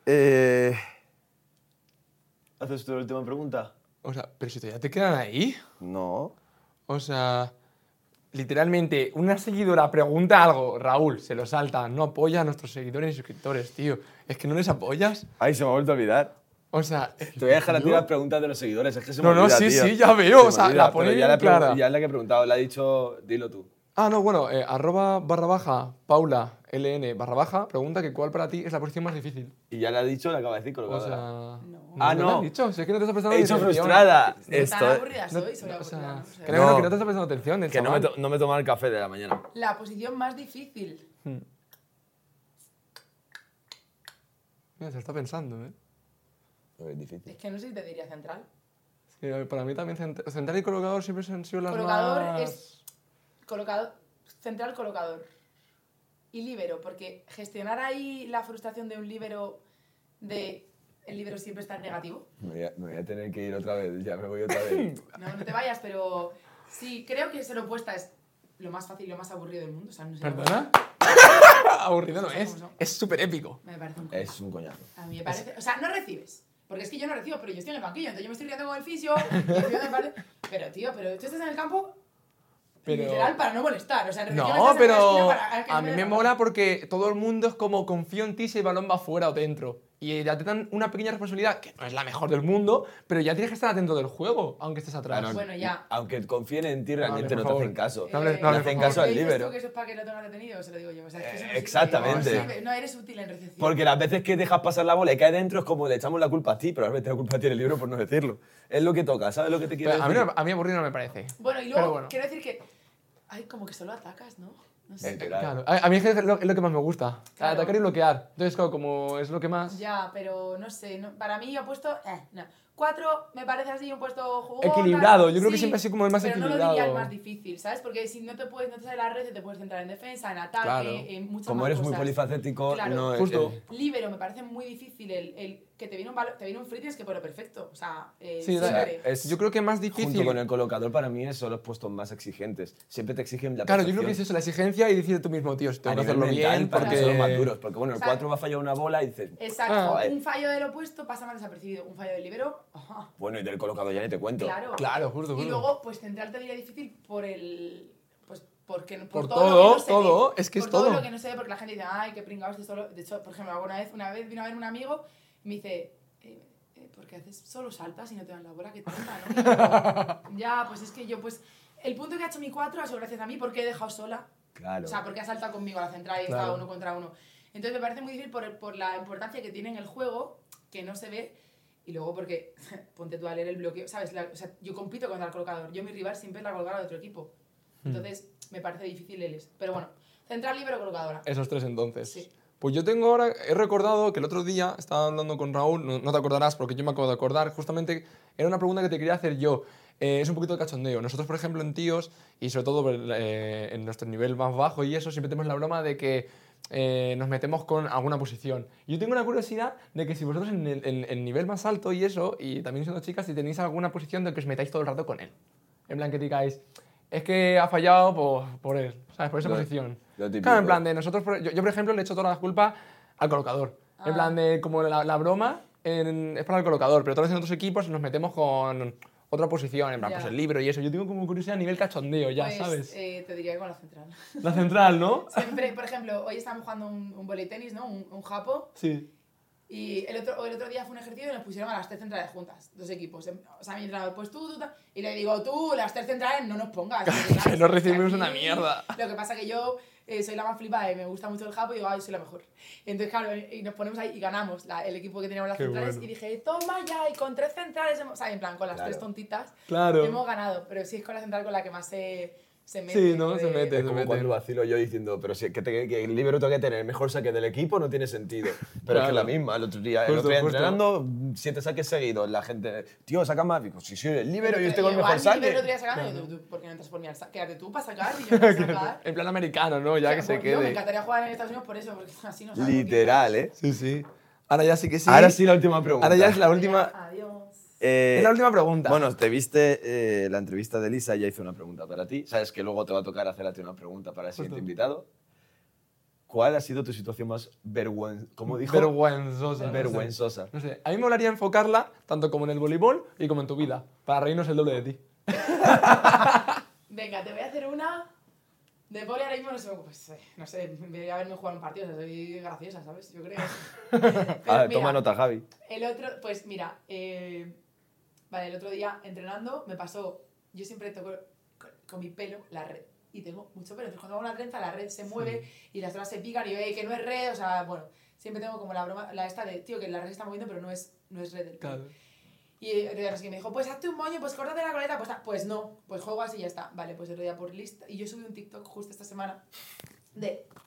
Speaker 1: ¿Haces tu última pregunta?
Speaker 3: O sea, pero si todavía te quedan ahí.
Speaker 1: No.
Speaker 3: O sea, literalmente, una seguidora pregunta algo, Raúl, se lo salta, no apoya a nuestros seguidores y suscriptores, tío. Es que no les apoyas.
Speaker 1: Ay, se me ha vuelto a olvidar.
Speaker 3: O sea,
Speaker 1: Te voy a dejar a ti
Speaker 3: yo-
Speaker 1: las preguntas de los seguidores, es que se me
Speaker 3: No,
Speaker 1: olvida,
Speaker 3: sí,
Speaker 1: tío.
Speaker 3: sí, ya veo,
Speaker 1: Se
Speaker 3: o sea,
Speaker 1: me olvida,
Speaker 3: la pone
Speaker 1: pero ya
Speaker 3: bien clara.
Speaker 1: Ya es la que he preguntado, le ha dicho, dilo tú.
Speaker 3: Ah, no, bueno, @, Paula, LN, _, pregunta que cuál para ti es la posición más difícil.
Speaker 1: Y ya le ha dicho, le acaba de decir
Speaker 3: O
Speaker 1: colocadora.
Speaker 3: sea...
Speaker 4: No.
Speaker 1: Ah,
Speaker 3: ¿me
Speaker 1: no.
Speaker 3: lo has dicho? Si es que no te estás prestando
Speaker 1: He dicho
Speaker 3: atención.
Speaker 1: frustrada.
Speaker 4: Tan
Speaker 1: Esto,
Speaker 4: aburrida soy, soy
Speaker 3: O
Speaker 4: aburrida.
Speaker 3: sea,
Speaker 4: no sé.
Speaker 3: creo
Speaker 1: No.
Speaker 3: que no te estás prestando atención. el
Speaker 1: que no me,
Speaker 3: chaval.
Speaker 1: no me he tomado el café de la mañana.
Speaker 4: La posición más difícil.
Speaker 3: Mira, se está pensando, ¿eh?
Speaker 1: Es difícil.
Speaker 4: Es que no sé si te diría central.
Speaker 3: Es que para mí también central y colocador siempre han sido las
Speaker 4: Colocador
Speaker 3: más...
Speaker 4: es colocador, central colocador. Y líbero, porque gestionar ahí la frustración de un líbero, de el líbero siempre está en negativo.
Speaker 1: Me voy a tener que ir otra vez, ya me voy otra vez.
Speaker 4: No te vayas, pero sí, creo que ser opuesta es lo más fácil y lo más aburrido del mundo. O sea, no sé.
Speaker 3: ¿Perdona? Aburrido no es. Es súper épico.
Speaker 4: Me parece un coñazo.
Speaker 1: Es un coñazo.
Speaker 4: A mí me parece... O sea, no recibes. Porque es que yo no recibo, pero yo estoy en el banquillo. Entonces yo me estoy riendo con el fisio. Y estoy en el partido. Pero, tío, tú estás en el campo...
Speaker 3: Pero...
Speaker 4: literal para no molestar. O sea,
Speaker 3: No,
Speaker 4: yo me estás en la esquina
Speaker 3: pero
Speaker 4: para que no
Speaker 3: a mí me
Speaker 4: den la
Speaker 3: mola porque todo el mundo es como confío en ti si el balón va fuera o dentro. Y ya te dan una pequeña responsabilidad, que no es la mejor del mundo, pero ya tienes que estar atento del juego, aunque estés atrás.
Speaker 1: Claro,
Speaker 4: Bueno, ya.
Speaker 1: Aunque confíen en ti, realmente
Speaker 3: Vale,
Speaker 1: no
Speaker 3: por
Speaker 1: te hacen
Speaker 3: favor.
Speaker 1: caso.
Speaker 3: No hables-
Speaker 1: No le
Speaker 3: por
Speaker 1: hacen
Speaker 3: favor.
Speaker 1: caso al
Speaker 4: ¿Dices tú
Speaker 1: líbero.
Speaker 4: que eso es para que lo tengas detenido? Se lo digo yo. O sea, es que eso no
Speaker 1: Exactamente.
Speaker 4: sirve. No eres útil en recepción.
Speaker 1: Porque las veces que dejas pasar la bola y cae dentro es como le echamos la culpa a ti, pero a veces la culpa tiene el libro por no decirlo. Es lo que toca, ¿sabes lo que te quiero
Speaker 3: Pero
Speaker 1: decir?
Speaker 3: a mí aburrido no me parece.
Speaker 4: Bueno, y
Speaker 3: Pero
Speaker 4: luego
Speaker 3: bueno.
Speaker 4: quiero decir que... Ay, como que solo atacas, ¿no? No sé.
Speaker 1: Literal.
Speaker 3: Claro, a mí es lo que más me gusta.
Speaker 4: Claro.
Speaker 3: Atacar y bloquear. Entonces, claro, como es lo que más...
Speaker 4: Ya, pero no sé. Para mí yo he puesto... No. 4 me parece así un puesto jugón.
Speaker 3: Equilibrado,
Speaker 4: tal.
Speaker 3: yo creo que siempre ha sido como el más
Speaker 4: pero
Speaker 3: equilibrado.
Speaker 4: no lo diría el más difícil, ¿sabes? Porque si no te sale la red, te puedes centrar en defensa, en ataque,
Speaker 3: Claro.
Speaker 4: en muchas
Speaker 1: Como
Speaker 4: más
Speaker 1: eres
Speaker 4: cosas.
Speaker 1: muy polifacético,
Speaker 4: Claro.
Speaker 1: no es...
Speaker 3: Justo.
Speaker 4: Líbero me parece muy difícil el que te viene un balón, te viene un free, tienes que ponerlo perfecto. O sea,
Speaker 3: Sí,
Speaker 4: siempre.
Speaker 1: es-
Speaker 3: yo creo que más
Speaker 1: Junto
Speaker 3: difícil...
Speaker 1: con el colocador, para mí, son los puestos más exigentes. Siempre te exigen la
Speaker 3: Claro, yo creo
Speaker 1: perfección.
Speaker 3: que es eso, la exigencia y decir tú mismo, tío, tengo
Speaker 1: A
Speaker 3: que
Speaker 1: nivel
Speaker 3: hacerlo
Speaker 1: mental,
Speaker 3: bien
Speaker 1: para que
Speaker 3: porque...
Speaker 1: son más duros. Porque bueno, el
Speaker 4: O sea,
Speaker 1: 4 va a fallar una bola y dices...
Speaker 4: Exacto.
Speaker 1: Joder.
Speaker 4: Un fallo del opuesto pasa más desapercibido. Un fallo del líbero, ajá.
Speaker 1: Bueno, y del colocador ya ni te cuento.
Speaker 4: Claro.
Speaker 3: Claro, justo,
Speaker 4: Y
Speaker 3: justo.
Speaker 4: luego, pues central te diría difícil por el... Pues porque
Speaker 3: Por
Speaker 4: todo,
Speaker 3: todo,
Speaker 4: lo que no se
Speaker 3: todo,
Speaker 4: ve.
Speaker 3: es que es
Speaker 4: por todo
Speaker 3: todo.
Speaker 4: lo que no se ve, porque la gente dice, ay, qué pringados esto solo. De hecho, por ejemplo, una vez vino a ver un amigo y me dice, ¿por qué haces solo saltas y no te dan la bola? Qué tonta, ¿no? Y yo, ya, pues es que yo, pues... El punto que ha hecho mi 4 ha sido gracias a mí porque he dejado sola.
Speaker 1: Claro.
Speaker 4: O sea, porque ha saltado conmigo a la central y
Speaker 3: Claro.
Speaker 4: estaba 1 contra 1. Entonces me parece muy difícil por la importancia que tiene en el juego, que no se ve, y luego porque, ponte tú a leer el bloqueo, ¿sabes? O sea, yo compito contra el colocador, yo mi rival siempre es la colocadora de otro equipo. Entonces me parece difícil él. Pero bueno, central, líbero, colocadora.
Speaker 3: Esos tres entonces.
Speaker 4: Sí.
Speaker 3: Pues yo tengo ahora, he recordado que el otro día estaba hablando con Raúl, no te acordarás porque yo me acabo de acordar, justamente era una pregunta que te quería hacer yo. Es un poquito de cachondeo. Nosotros, por ejemplo, en tíos, y sobre todo en nuestro nivel más bajo y eso, siempre tenemos la broma de que nos metemos con alguna posición. Yo tengo una curiosidad de que si vosotros en el nivel más alto y eso, y también siendo chicas, si tenéis alguna posición de que os metáis todo el rato con él. En plan que digáis, es que ha fallado por él, ¿sabes? Por esa posición.
Speaker 1: lo típico.
Speaker 3: Claro, en plan de nosotros, yo por ejemplo, le echo toda la culpa al colocador. En plan de, como la broma es para el colocador, pero todos en otros equipos nos metemos con otra posición, en plan,
Speaker 4: Ya.
Speaker 3: pues el libro y eso. Yo tengo como curiosidad a nivel cachondeo, ya,
Speaker 4: Pues,
Speaker 3: ¿sabes?
Speaker 4: te diría que con la central.
Speaker 3: La central, ¿no?
Speaker 4: Siempre, por ejemplo, hoy estábamos jugando un voleitenis, ¿no? Un japo.
Speaker 3: Sí.
Speaker 4: Y el otro día fue un ejercicio y nos pusieron a las 3 centrales juntas, 2 equipos. O sea, mi entrenador, pues tú, tal. Y le digo, tú, las 3 centrales no nos pongas. porque,
Speaker 3: Que
Speaker 4: ¿sabes?
Speaker 3: no recibimos
Speaker 4: Aquí-
Speaker 3: una mierda.
Speaker 4: Lo que pasa que yo soy la más flipada y me gusta mucho el japo y digo, ay, soy la mejor. Entonces, claro, y nos ponemos ahí y ganamos el equipo que teníamos las
Speaker 3: Qué
Speaker 4: centrales.
Speaker 3: bueno.
Speaker 4: Y dije, toma ya, y con 3 centrales, o sea, en plan, con las
Speaker 1: Claro.
Speaker 4: 3 tontitas,
Speaker 3: Claro.
Speaker 4: hemos ganado. Pero sí es con la central con la que más se mete.
Speaker 3: Sí, ¿no? Se
Speaker 4: de-
Speaker 3: mete.
Speaker 1: Es como cuando vacilo yo diciendo, pero si que el libero tenga que tener el mejor saque del equipo no tiene sentido. Pero es que es la misma. El otro día
Speaker 3: Justo.
Speaker 1: entrenando, 7 saques seguidos. La gente, tío, saca más. Digo, si soy el libero y este con el
Speaker 4: Igual
Speaker 1: mejor
Speaker 4: mi libero
Speaker 1: saque.
Speaker 4: el otro día sacando, y yo, ¿por qué no entras por mí al saque? Quédate tú para sacar y yo para sacar.
Speaker 3: En plan americano, ¿no? Ya que se
Speaker 4: Yo me
Speaker 3: quede.
Speaker 4: encantaría jugar en Estados Unidos por eso, porque así no sabes.
Speaker 1: Literal, ¿eh?
Speaker 3: Sí, sí. Ahora ya sí que sí.
Speaker 1: Ahora sí la última pregunta.
Speaker 3: Ahora ya es la última.
Speaker 4: Adiós.
Speaker 3: Es la última pregunta.
Speaker 1: Bueno, te viste la entrevista de Lisa, ya hizo una pregunta para ti. Sabes que luego te va a tocar hacerte una pregunta para el siguiente invitado. ¿Cuál ha sido tu situación más ¿cómo dijo?
Speaker 3: Vergüenzosa.
Speaker 1: Vergüenzosa.
Speaker 3: No sé. A mí me molaría enfocarla tanto como en el voleibol y como en tu vida. Para reírnos el doble de ti.
Speaker 4: Venga, te voy a hacer una. De poli ahora mismo no sé, pues, no sé, voy a verme jugar un partido, o sea, soy graciosa, ¿sabes? Yo creo. Pero
Speaker 1: Toma
Speaker 4: mira,
Speaker 1: nota, Javi.
Speaker 4: El otro, pues mira, vale, el otro día entrenando me pasó, yo siempre toco con mi pelo la red y tengo mucho pelo, entonces cuando hago una trenza la red se mueve y las otras se pican y yo, que no es red, o sea, bueno, siempre tengo como la broma, la esta de, tío, que la red se está moviendo pero no es red del pelo.
Speaker 3: Claro.
Speaker 4: Y el otro día no sé qué me dijo, pues hazte un moño, pues córtate la coleta, pues no, pues juego así y ya está. Vale, pues el otro día por lista, y yo subí un TikTok justo esta semana de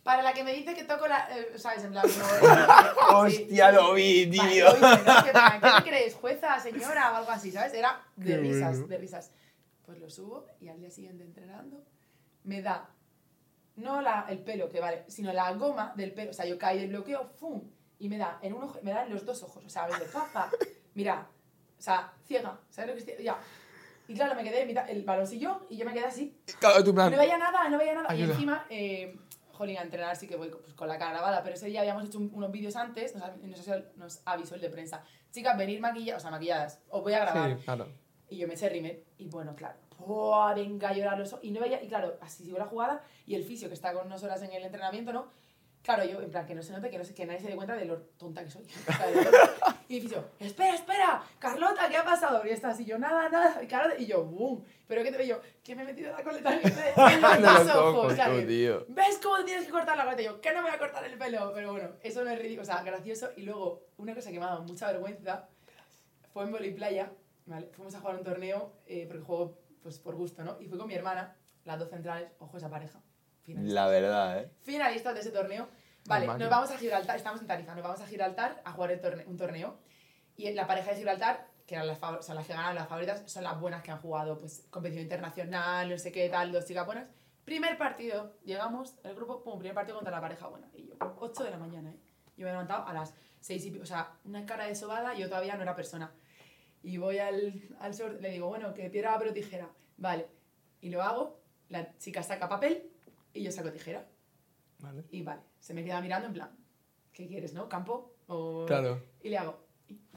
Speaker 4: Para la que me dice que toco la... ¿sabes? En plan...
Speaker 1: Hostia, lo vi, tío.
Speaker 4: Vale, lo hice, ¿no? ¿Qué te crees? ¿Jueza, señora o algo así? ¿Sabes? Era de risas, de risas. Pues lo subo y al día siguiente entrenando me da, no el pelo, que vale, sino la goma del pelo. O sea, yo caí del bloqueo, ¡fum! Y me da en un ojo, me da en los dos ojos. O sea, ves de papa. Mira, o sea, ciega. ¿Sabes lo que es? Ya. Y claro, me quedé en mitad, el baloncillo y yo me quedé así.
Speaker 3: Claro, tu plan.
Speaker 4: No veía nada.
Speaker 3: Ayuda.
Speaker 4: Y encima, jolín, a entrenar sí que voy pues, con la cara lavada, pero ese día habíamos hecho unos vídeos antes, nos avisó el de prensa. Chicas, venir maquilladas, o sea, maquilladas, os voy a grabar.
Speaker 3: Sí, claro.
Speaker 4: Y yo me eché rímel y bueno, claro, ¡buah! Venga a llorar los ojos. Y no veía, y claro, así siguió la jugada y el fisio que está con 2 horas en el entrenamiento, ¿no? Claro, yo, en plan, que no se note, que nadie se dé cuenta de lo tonta que soy. Y el fisio, espera, Carlota, ¿qué ha pasado? Y está así, yo, nada, y yo, boom. Pero ¿qué te veo yo? Que me he metido la coleta en los ojos, claro.
Speaker 1: Tío.
Speaker 4: ¿Ves cómo tienes que cortar la coleta? Y yo, que no me voy a cortar el pelo. Pero bueno, eso no es ridículo, o sea, gracioso. Y luego, una cosa que me ha dado mucha vergüenza fue en voliplaya, ¿vale? Fuimos a jugar un torneo, porque juego pues, por gusto, ¿no? Y fui con mi hermana, las 2 centrales, ojo esa pareja. Finalistas.
Speaker 1: La verdad, ¿eh?
Speaker 4: Finalistas de ese torneo. Vale, nos vamos a Gibraltar, estamos en Tarifa, nos vamos a Gibraltar a jugar un torneo. Y la pareja de Gibraltar, que eran las que ganaron las favoritas, son las buenas que han jugado pues, competición internacional, no sé qué tal, 2 chicas buenas. Primer partido, llegamos, el grupo, pum, primer partido contra la pareja buena. Y yo, 8 de la mañana, ¿eh? Yo me he levantado a las 6 y pico, o sea, una cara de sobada y yo todavía no era persona. Y voy al sorteo, le digo, bueno, que piedra, papel o tijera. Vale. Y lo hago, la chica saca papel y yo saco tijera.
Speaker 3: Vale.
Speaker 4: Y vale, se me queda mirando en plan, ¿qué quieres, no? ¿Campo? O...
Speaker 3: Claro.
Speaker 4: Y le hago...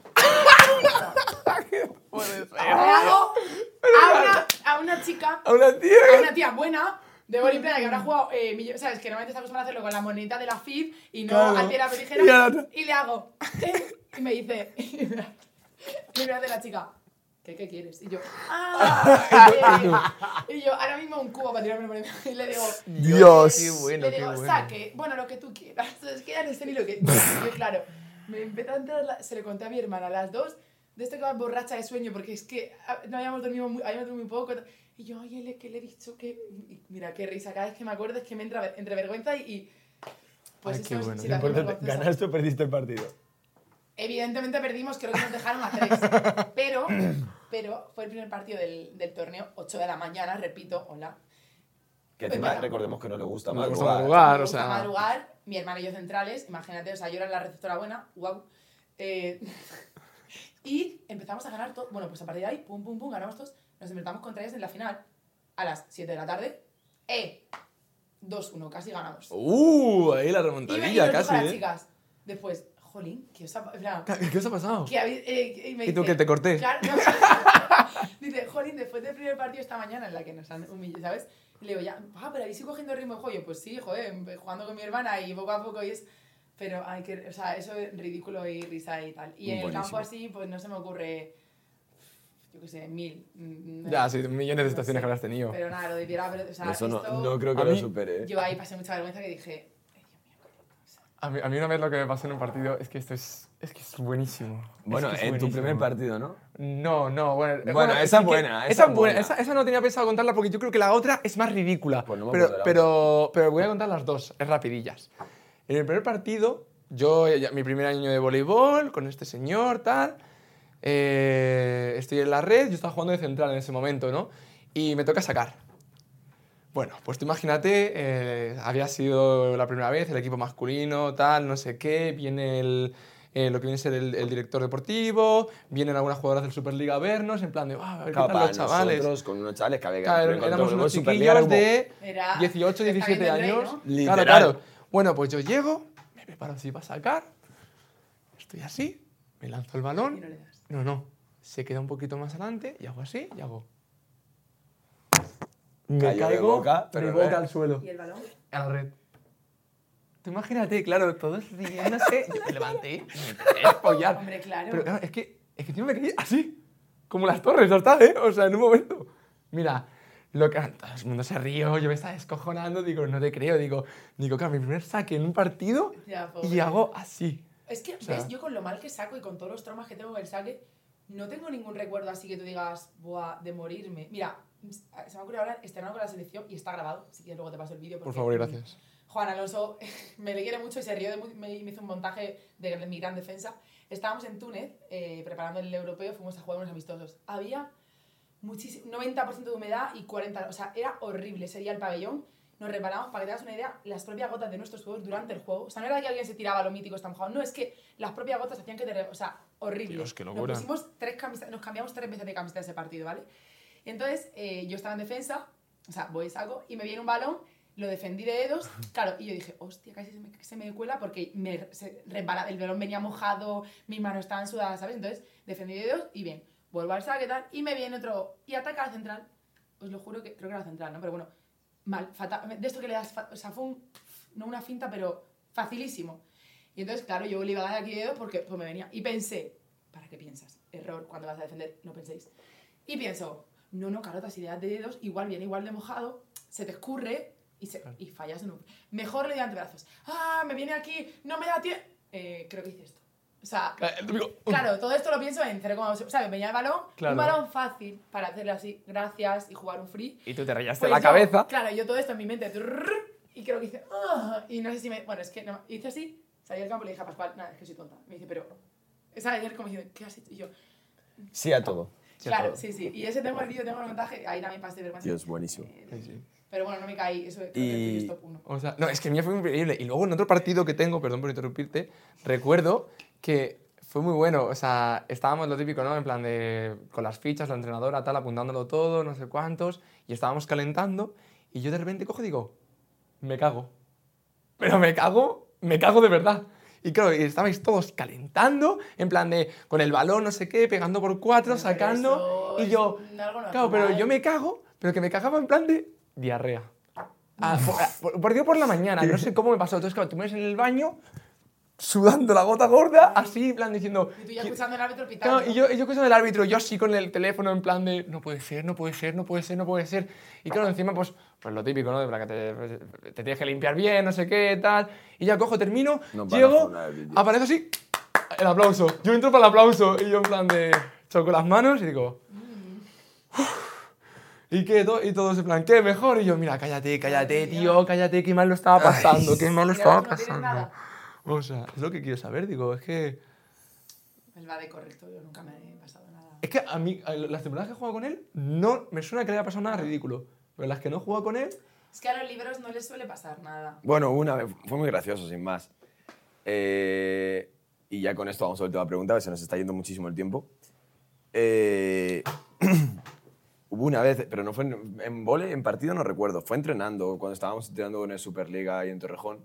Speaker 3: Puede ser.
Speaker 4: Le hago a una chica,
Speaker 3: A una tía.
Speaker 4: a una tía buena de voliplaya que habrá jugado, ¿sabes? Que normalmente está acostumbrada a hacerlo con la monedita de la FIB y no
Speaker 3: Claro.
Speaker 4: al piedra, papel,
Speaker 3: Y
Speaker 4: tijera. Y le hago... y me dice... y me hace la chica... ¿Qué quieres? Y yo, y yo, ahora mismo un cubo para tirarme por encima. Y le digo,
Speaker 3: Dios. Qué bueno,
Speaker 4: le digo,
Speaker 3: qué bueno.
Speaker 4: saque, bueno, lo que tú quieras. Es que ya no sé ni lo que... Yo, claro, me empezó a entrar, se le conté a mi hermana a las 2, de esto que va borracha de sueño, porque es que no habíamos dormido muy poco. Y yo, oye, que le he dicho que... Y mira, qué risa, cada vez que me acuerdo es que me entra entre vergüenza y pues
Speaker 3: Ay,
Speaker 4: eso
Speaker 3: qué
Speaker 4: es
Speaker 3: bueno.
Speaker 4: situación vergonzosa.
Speaker 1: ¿Ganaste o perdiste el partido?
Speaker 4: Evidentemente perdimos, creo que nos dejaron a 3. Pero fue el primer partido del torneo, 8 de la mañana, repito, hola.
Speaker 1: Que encima recordemos que no le gusta
Speaker 3: No le gusta
Speaker 1: madrugar.
Speaker 3: madrugar,
Speaker 4: Me
Speaker 3: o
Speaker 4: gusta
Speaker 3: sea.
Speaker 4: madrugar, mi hermana y yo centrales, imagínate, o sea, yo era la receptora buena, wow. Y empezamos a ganar todo. Bueno, pues a partir de ahí, pum, pum, pum, ganamos todos. Nos enfrentamos contra ellos en la final a las 7 de la tarde. 2-1, casi ganamos.
Speaker 3: Ahí la
Speaker 4: Y
Speaker 3: remontadilla
Speaker 4: nos
Speaker 3: casi,
Speaker 4: dijo a las
Speaker 3: ¿eh?
Speaker 4: chicas, después, jolín, ¿qué os ha pasado?
Speaker 3: ¿Qué os ha pasado?
Speaker 4: Y me
Speaker 3: ¿Y tú
Speaker 4: dice,
Speaker 3: que te corté?
Speaker 4: Claro, no. Dice, jolín, después del primer partido esta mañana en la que nos han humillado, ¿sabes? Y le digo, ya, pero ahí sigo cogiendo ritmo de juego. Pues sí, joder, jugando con mi hermana y poco a poco y es... Pero hay que, o sea, eso es ridículo y risa y tal. Y en el campo así, pues no se me ocurre, yo qué sé, 1000.
Speaker 3: Ya, sí, millones de situaciones
Speaker 4: sé.
Speaker 3: que habrás tenido.
Speaker 4: Pero nada, lo de Piedra, pero, o sea,
Speaker 1: Eso
Speaker 4: esto,
Speaker 1: no creo que
Speaker 3: A
Speaker 1: lo
Speaker 3: mí-
Speaker 1: supere, ¿eh?
Speaker 4: yo ahí pasé mucha vergüenza que dije, ay, Dios mío, o sea,
Speaker 3: A mí una vez lo que me pasó en un partido es que esto es que es buenísimo.
Speaker 1: Bueno,
Speaker 3: Es que es
Speaker 1: en tu
Speaker 3: buenísimo.
Speaker 1: primer partido, ¿no?
Speaker 3: No, bueno.
Speaker 1: Bueno,
Speaker 3: es
Speaker 1: esa es
Speaker 3: que-
Speaker 1: buena,
Speaker 3: Esa
Speaker 1: esa
Speaker 3: es
Speaker 1: es
Speaker 3: buena.
Speaker 1: buena.
Speaker 3: Esa no tenía pensado contarla porque yo creo que la otra es más ridícula.
Speaker 1: Pues no me acuerdo de la
Speaker 3: pero voy a contar las dos, es rapidillas. En el primer partido, mi primer año de voleibol, con este señor, tal, estoy en la red, yo estaba jugando de central en ese momento, ¿no? Y me toca sacar. Bueno, pues tú imagínate, había sido la primera vez, el equipo masculino, tal, no sé qué, viene lo que viene a ser el director deportivo, vienen algunas jugadoras del Superliga a vernos, en plan de, a ver qué
Speaker 1: Claro,
Speaker 3: tal
Speaker 1: para
Speaker 3: los chavales.
Speaker 1: nosotros, con unos chavales que había
Speaker 3: Claro,
Speaker 1: que
Speaker 3: éramos unos
Speaker 1: Superliga era
Speaker 3: chiquillos
Speaker 1: como-
Speaker 3: de
Speaker 4: Era-
Speaker 3: 18,
Speaker 4: está
Speaker 3: 17
Speaker 4: viendo el rey,
Speaker 3: años.
Speaker 4: ¿no?
Speaker 1: Literal.
Speaker 3: Claro. Bueno, pues yo llego, me preparo así para sacar, estoy así, me lanzo el
Speaker 4: y
Speaker 3: balón.
Speaker 4: no le das.
Speaker 3: No, se queda un poquito más adelante y hago así y hago.
Speaker 1: Cayó de
Speaker 3: caigo,
Speaker 1: boca, pero
Speaker 3: mi
Speaker 1: no
Speaker 3: boca
Speaker 1: es.
Speaker 3: al suelo,
Speaker 4: ¿Y el balón?
Speaker 3: a la red. Tú imagínate, claro, todos riéndose, yo me levanté y me empecé a follar.
Speaker 4: Hombre, claro.
Speaker 3: Pero claro, es que yo me caí así, como las torres, ¿no está, O sea, en un momento. Mira, todo el mundo se rió, yo me estaba descojonando, digo, no te creo, digo, claro, mi primer saque en un partido
Speaker 4: Ya, pobre.
Speaker 3: y hago así.
Speaker 4: Es que,
Speaker 3: sea-
Speaker 4: ¿ves? Yo con lo mal que saco y con todos los traumas que tengo con el saque, no tengo ningún recuerdo así que tú digas, buah, de morirme. Mira, se me ocurre ahora estrenar con la selección y está grabado, si quieres luego te paso el vídeo.
Speaker 3: Por
Speaker 4: porque,
Speaker 3: favor y gracias.
Speaker 4: Juan Alonso me le quiere mucho y se rió, me hizo un montaje de mi gran defensa. Estábamos en Túnez preparando el europeo, fuimos a jugar unos amistosos. Había muchísimo, 90% de humedad y 40%, o sea, era horrible. Ese día el pabellón, nos reparamos, para que te hagas una idea, las propias gotas de nuestros juegos durante el juego. O sea, no era que alguien se tiraba lo mítico, está mojado, no, es que las propias gotas hacían que o sea, horrible.
Speaker 3: Dios, qué locura.
Speaker 4: Nos cambiamos 3 veces de camiseta ese partido, ¿vale? Entonces, yo estaba en defensa, o sea, voy y saco, y me viene un balón, lo defendí de dedos, claro, y yo dije, hostia, casi se me cuela porque el balón venía mojado, mis manos estaban sudadas, ¿sabes? Entonces, defendí de dedos y bien, vuelvo al saque, tal, y me viene otro, y ataca a la central. Os lo juro que creo que era la central, ¿no? Pero bueno, mal, fatal, de esto que le das, o sea, fue no una finta, pero facilísimo. Y entonces, claro, yo le iba a dar aquí de dedos porque pues me venía, y pensé, ¿para qué piensas? Error, cuando vas a defender, no penséis. Y pienso, no, Carlota, si le das de dedos, igual viene igual de mojado, se te escurre y fallas en un... Mejor le doy antebrazos. ¡Ah, me viene aquí! ¡No me da tiempo! Creo que hice esto. O sea, claro, todo esto lo pienso en 0,2... ¿Sabes? Venía el balón, un balón fácil para hacerle así, gracias, y jugar un free.
Speaker 3: Y tú te rayaste
Speaker 4: pues
Speaker 3: la cabeza.
Speaker 4: Claro, yo todo esto en mi mente, y creo que hice... y no sé si me... Bueno, es que no, hice así, salí al campo y le dije a Pascual, nada, es que soy tonta. Me dice, pero... ¿Sabes? Él como diciendo, ¿qué has hecho? Y yo...
Speaker 1: Sí a todo.
Speaker 4: Claro, sí. Y ese tengo el vídeo, tengo el montaje, ahí también pasé vergüenza.
Speaker 1: Dios, buenísimo.
Speaker 3: Sí.
Speaker 4: Pero bueno, no me caí, eso creo que es top 1.
Speaker 3: O sea, no, es que el mío fue increíble. Y luego en otro partido que tengo, perdón por interrumpirte, recuerdo que fue muy bueno. O sea, estábamos lo típico, ¿no? En plan de con las fichas, la entrenadora, tal, apuntándolo todo, no sé cuántos, y estábamos calentando, y yo de repente cojo y digo, me cago. Pero me cago de verdad. Y claro, y estabais todos calentando, en plan de con el balón, no sé qué, pegando por 4, pero sacando. Y yo, claro, pero yo me cago, pero que me cagaba en plan de diarrea. Partido por la mañana, no sé cómo me pasó. Entonces, claro, tú me ves en el baño, sudando la gota gorda, así, en plan diciendo...
Speaker 4: Y tú ya escuchando el árbitro pitando.
Speaker 3: Claro, y yo escuchando el árbitro, yo así con el teléfono, en plan de no puede ser. Y claro, encima, pues lo típico, ¿no? De plan que te tienes que limpiar bien, no sé qué, tal. Y ya cojo, termino, llego, aparece así, el aplauso. Yo entro para el aplauso y yo en plan de... Choco las manos y digo... Y todos en plan, ¿qué mejor? Y yo, mira, cállate, tío, cállate, qué mal lo estaba pasando, qué mal lo estaba pasando. O sea, es lo que quiero saber, digo, es que...
Speaker 4: Él va de correcto, yo nunca me he pasado nada.
Speaker 3: Es que a mí, las temporadas que he jugado con él, no me suena que le haya pasado nada ridículo. Pero las que no he jugado con él...
Speaker 4: Es que a los libros no les suele pasar nada.
Speaker 1: Bueno, una vez, fue muy gracioso, sin más. Y ya con esto vamos a la última pregunta, que se nos está yendo muchísimo el tiempo. Hubo una vez, pero no fue en vóley, en partido no recuerdo, fue entrenando, cuando estábamos entrenando en el Superliga ahí en Torrejón.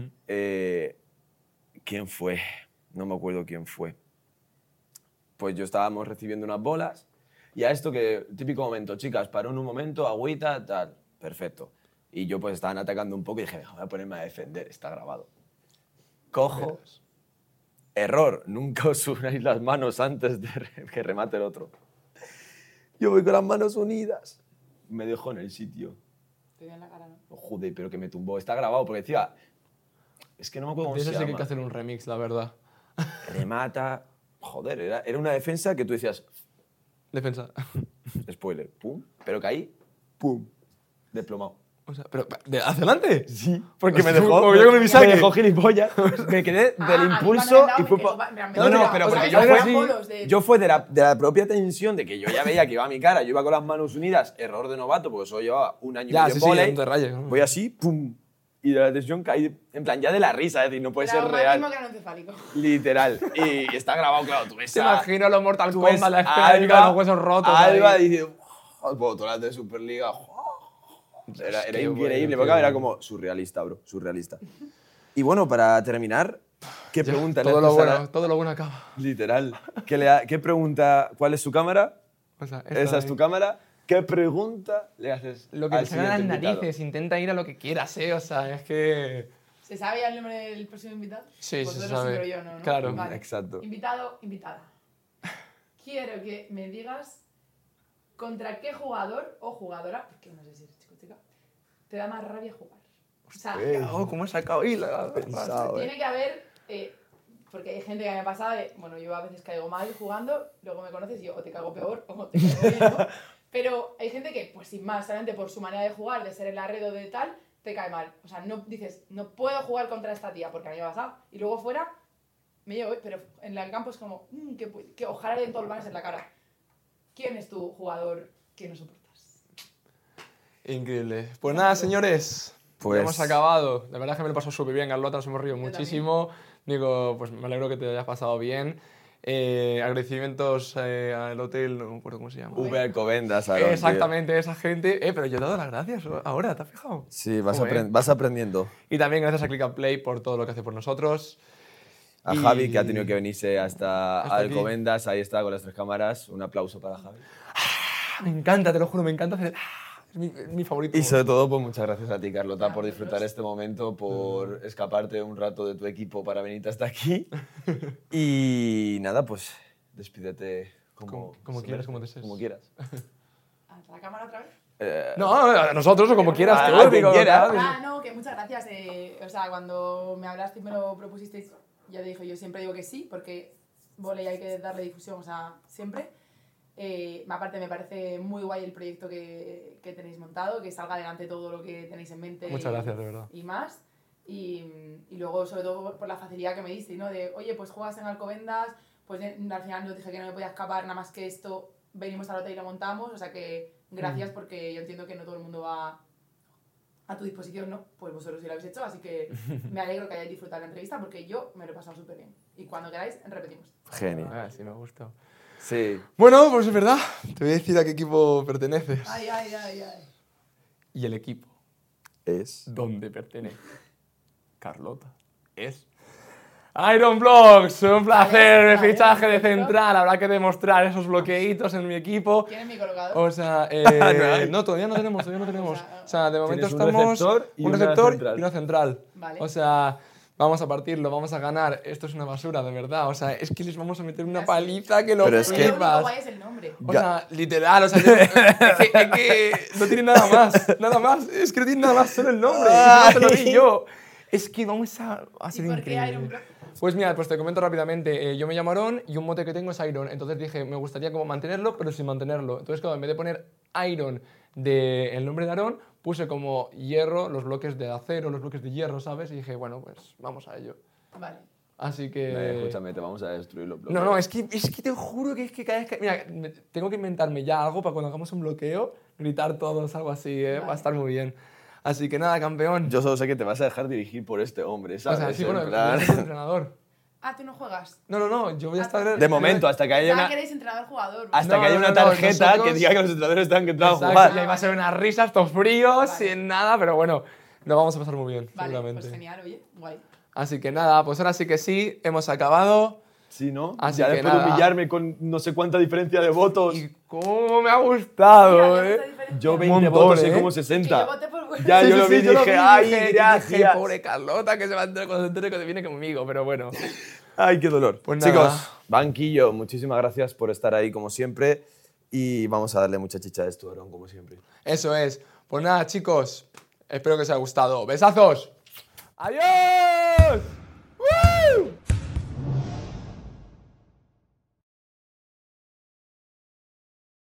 Speaker 1: ¿Quién fue? No me acuerdo quién fue. Pues yo estábamos recibiendo unas bolas y a esto que, típico momento, chicas, paró en un momento, agüita, tal, perfecto. Y yo pues estaban atacando un poco y dije, voy a ponerme a defender, está grabado. Cojo, error, nunca os unáis las manos antes de que remate el otro. Yo voy con las manos unidas. Me dejó en el sitio.
Speaker 4: Te dio en la cara, ¿no?
Speaker 1: Oh, joder, pero que me tumbó. Está grabado porque decía... Es que no me acuerdo cómo se llama.
Speaker 3: De eso sí que hay que hacer un remix, la verdad.
Speaker 1: Remata... Joder, era una defensa que tú decías...
Speaker 3: Defensa.
Speaker 1: Spoiler. Pum. Pero caí. Pum. Desplomado.
Speaker 3: O sea, pero ¿hacia adelante?
Speaker 1: Sí.
Speaker 3: Porque me
Speaker 1: dejó...
Speaker 3: Como yo con mi saque.
Speaker 1: Me dejó gilipollas. Me quedé del impulso y fue... No, pero porque yo fue de la propia tensión de que yo ya veía que iba a mi cara, yo iba con las manos unidas, error de novato, porque solo llevaba un año y medio en vóley.
Speaker 3: No te rayes, ¿no?
Speaker 1: Voy así, pum. Y de la tensión caí, en plan, ya de la risa, es decir, no puede ser real. Literal. Y está grabado, claro, tú ves
Speaker 3: Te imagino los Mortal
Speaker 1: Kombat,
Speaker 3: la esfera, los huesos rotos.
Speaker 1: Alba dice, botolas de Superliga. Era increíble, porque era como surrealista, bro, surrealista. Y bueno, para terminar, ¿qué pregunta le haces
Speaker 3: todo lo bueno acaba.
Speaker 1: Literal. ¿Qué pregunta? ¿Cuál es su cámara?
Speaker 3: O sea,
Speaker 1: esa es tu cámara. ¿Qué pregunta le haces
Speaker 3: lo que
Speaker 1: al
Speaker 3: te salga en las
Speaker 1: invitado?
Speaker 3: narices, intenta ir a lo que quieras, O sea, es que...
Speaker 4: ¿Se sabe ya el nombre del próximo invitado?
Speaker 3: Sí,
Speaker 4: pues
Speaker 3: se sabe.
Speaker 4: Pero yo no, ¿no?
Speaker 3: Claro,
Speaker 4: vale.
Speaker 1: Exacto.
Speaker 4: Invitado, invitada. Quiero que me digas contra qué jugador o jugadora, porque no sé si eres chico o chica, te da más rabia jugar. O sea,
Speaker 3: ¿cómo he sacado hilo?
Speaker 4: Tiene que haber... porque hay gente que me ha pasado de... Bueno, yo a veces caigo mal jugando, luego me conoces y yo o te cago peor o te cago bien, ¿no? Pero hay gente que, pues sin más, solamente por su manera de jugar, de ser el arredo de tal, te cae mal. O sea, no dices, no puedo jugar contra esta tía porque a mí me ha pasado. Y luego fuera, me llevo, pero en el campo es como, que ojalá le den todos los balones en la cara. ¿Quién es tu jugador que no soportas?
Speaker 3: Increíble. Pues nada, señores.
Speaker 2: Pues-
Speaker 3: Hemos acabado. La verdad es que me lo pasó súper bien, Carlota. Nos hemos reído
Speaker 4: Yo
Speaker 3: muchísimo. Digo, pues me alegro que te hayas pasado bien. Agradecimientos al hotel, no me acuerdo cómo se llama.
Speaker 2: V Alcobendas, Aaron, tío.
Speaker 3: Exactamente, esa gente. Pero yo he dado las gracias ahora, ¿te has fijado?
Speaker 2: Sí, vas,
Speaker 3: Joder.
Speaker 2: vas aprendiendo.
Speaker 3: Y también gracias a Click and Play por todo lo que hace por nosotros.
Speaker 2: A
Speaker 3: Y-
Speaker 2: Javi, que ha tenido que venirse hasta
Speaker 3: Hasta aquí.
Speaker 2: Alcobendas, ahí está con las 3 cámaras. Un aplauso para Javi.
Speaker 3: Me encanta, te lo juro, me encanta hacer. Es mi favorito.
Speaker 2: Y sobre todo, pues muchas gracias a ti, Carlota, por disfrutar este momento, por escaparte un rato de tu equipo para venirte hasta aquí. Y nada, pues despídete como
Speaker 3: quieras, como desees.
Speaker 2: Como quieras.
Speaker 4: ¿Ante la cámara otra vez?
Speaker 3: No, a nosotros o como quieras.
Speaker 2: A
Speaker 3: tú,
Speaker 2: quien
Speaker 3: digo,
Speaker 2: quiera.
Speaker 3: claro.
Speaker 4: No, que muchas gracias. O sea, cuando me hablaste y me lo propusisteis, ya te dije, yo siempre digo que sí, porque volei hay que darle difusión, o sea, siempre. Aparte, me parece muy guay el proyecto que tenéis montado, que salga adelante todo lo que tenéis en mente.
Speaker 3: Muchas gracias, de verdad.
Speaker 4: Y más. Y luego, sobre todo, por la facilidad que me diste, ¿no? De, oye, pues juegas en Alcobendas, pues al final no dije que no me podía escapar, nada más que esto, venimos al hotel y lo montamos, o sea que gracias porque yo entiendo que no todo el mundo va a tu disposición, ¿no? Pues vosotros sí lo habéis hecho, así que me alegro que hayáis disfrutado la entrevista porque yo me lo he pasado súper bien. Y cuando queráis, repetimos.
Speaker 2: Genio.
Speaker 3: Sí, me ha gustado.
Speaker 2: Sí.
Speaker 3: Bueno, pues es verdad. Te voy a decir a qué equipo perteneces.
Speaker 4: Ay, ay, ay, ay.
Speaker 3: Y el equipo
Speaker 2: Es.
Speaker 3: donde pertenece Carlota es Iron Blocks. Un placer,
Speaker 4: Vale,
Speaker 3: el fichaje de
Speaker 4: perfecto.
Speaker 3: central. Habrá que demostrar esos bloqueitos en mi equipo.
Speaker 4: ¿Quién es mi colocador?
Speaker 3: O sea,
Speaker 2: hay.
Speaker 3: no, todavía no tenemos. O sea, de momento
Speaker 2: Tienes un
Speaker 3: estamos
Speaker 2: receptor y
Speaker 3: un
Speaker 2: una
Speaker 3: receptor
Speaker 2: central.
Speaker 3: y una central.
Speaker 4: Vale.
Speaker 3: O sea, vamos a partirlo, vamos a ganar. Esto es una basura, de verdad. O sea, es que les vamos a meter una paliza que lo
Speaker 2: Pero es
Speaker 4: Lo
Speaker 2: que-
Speaker 4: único
Speaker 3: flipas.
Speaker 4: guay es el nombre.
Speaker 3: O sea, literal, o sea, es que no tiene nada más, es que no tiene nada más, solo el nombre, y no te lo di yo. Es que vamos a
Speaker 4: ¿Y
Speaker 3: ser
Speaker 4: por qué
Speaker 3: increíble.
Speaker 4: Iron Block?
Speaker 3: Pues mira, pues te comento rápidamente, yo me llamo Aaron y un mote que tengo es Iron, entonces dije, me gustaría como mantenerlo, pero sin mantenerlo. Entonces, claro, en vez de poner Iron de el nombre de Aaron, puse como hierro, los bloques de acero, los bloques de hierro, ¿sabes? Y dije, bueno, pues vamos a ello.
Speaker 4: Vale.
Speaker 3: Así que...
Speaker 2: Escúchame, te vamos a destruir los bloques.
Speaker 3: No, es que te juro que es que cada vez que... Mira, tengo que inventarme ya algo para cuando hagamos un bloqueo, gritar todos, algo así, ¿eh? Va a estar muy bien. Así que nada, campeón.
Speaker 2: Yo solo sé que te vas a dejar dirigir por este hombre,
Speaker 3: o
Speaker 2: ¿sabes?
Speaker 3: sea, sí,
Speaker 2: En
Speaker 3: bueno,
Speaker 2: plan-
Speaker 3: yo soy entrenador.
Speaker 4: Ah, ¿tú no juegas?
Speaker 3: No, yo voy a estar...
Speaker 2: De momento, hasta que haya
Speaker 4: Ya
Speaker 2: una,
Speaker 4: queréis entrenador-jugador.
Speaker 2: hasta
Speaker 3: No,
Speaker 2: que haya
Speaker 3: no,
Speaker 2: una
Speaker 3: no,
Speaker 2: tarjeta
Speaker 3: nosotros-
Speaker 2: que diga que los entrenadores están que entrado a
Speaker 3: Exacto,
Speaker 2: jugar.
Speaker 3: y ahí va a ser unas risas, todos fríos,
Speaker 4: Vale.
Speaker 3: sin nada, pero bueno, lo vamos a pasar muy bien,
Speaker 4: Vale,
Speaker 3: seguramente.
Speaker 4: pues genial, oye, guay.
Speaker 3: Así que nada, pues ahora sí que sí, hemos acabado.
Speaker 2: Sí, ¿no?
Speaker 3: Así
Speaker 2: ya
Speaker 3: que
Speaker 2: después de
Speaker 3: nada.
Speaker 2: humillarme con no sé cuánta diferencia de votos.
Speaker 3: Y cómo me ha gustado,
Speaker 4: Mira,
Speaker 3: ¿eh?
Speaker 4: esta diferencia.
Speaker 2: Yo 20
Speaker 3: montón,
Speaker 2: votos y
Speaker 3: ¿eh?
Speaker 2: como
Speaker 4: Que yo
Speaker 2: 60.
Speaker 4: voté por...
Speaker 2: Ya,
Speaker 3: Sí,
Speaker 2: yo
Speaker 3: sí,
Speaker 2: lo
Speaker 3: sí,
Speaker 2: vi y
Speaker 3: yo lo
Speaker 2: dije,
Speaker 3: vi,
Speaker 2: ¡ay,
Speaker 3: dije,
Speaker 2: gracias!
Speaker 3: pobre Carlota, que se va a enterar cuando se entere que viene conmigo, pero bueno.
Speaker 2: ¡Ay, qué dolor!
Speaker 3: Pues nada.
Speaker 2: Chicos, banquillo, muchísimas gracias por estar ahí como siempre. Y vamos a darle mucha chicha a esto, Aaron, como siempre.
Speaker 3: Eso es. Pues nada, chicos, espero que os haya gustado. ¡Besazos! ¡Adiós!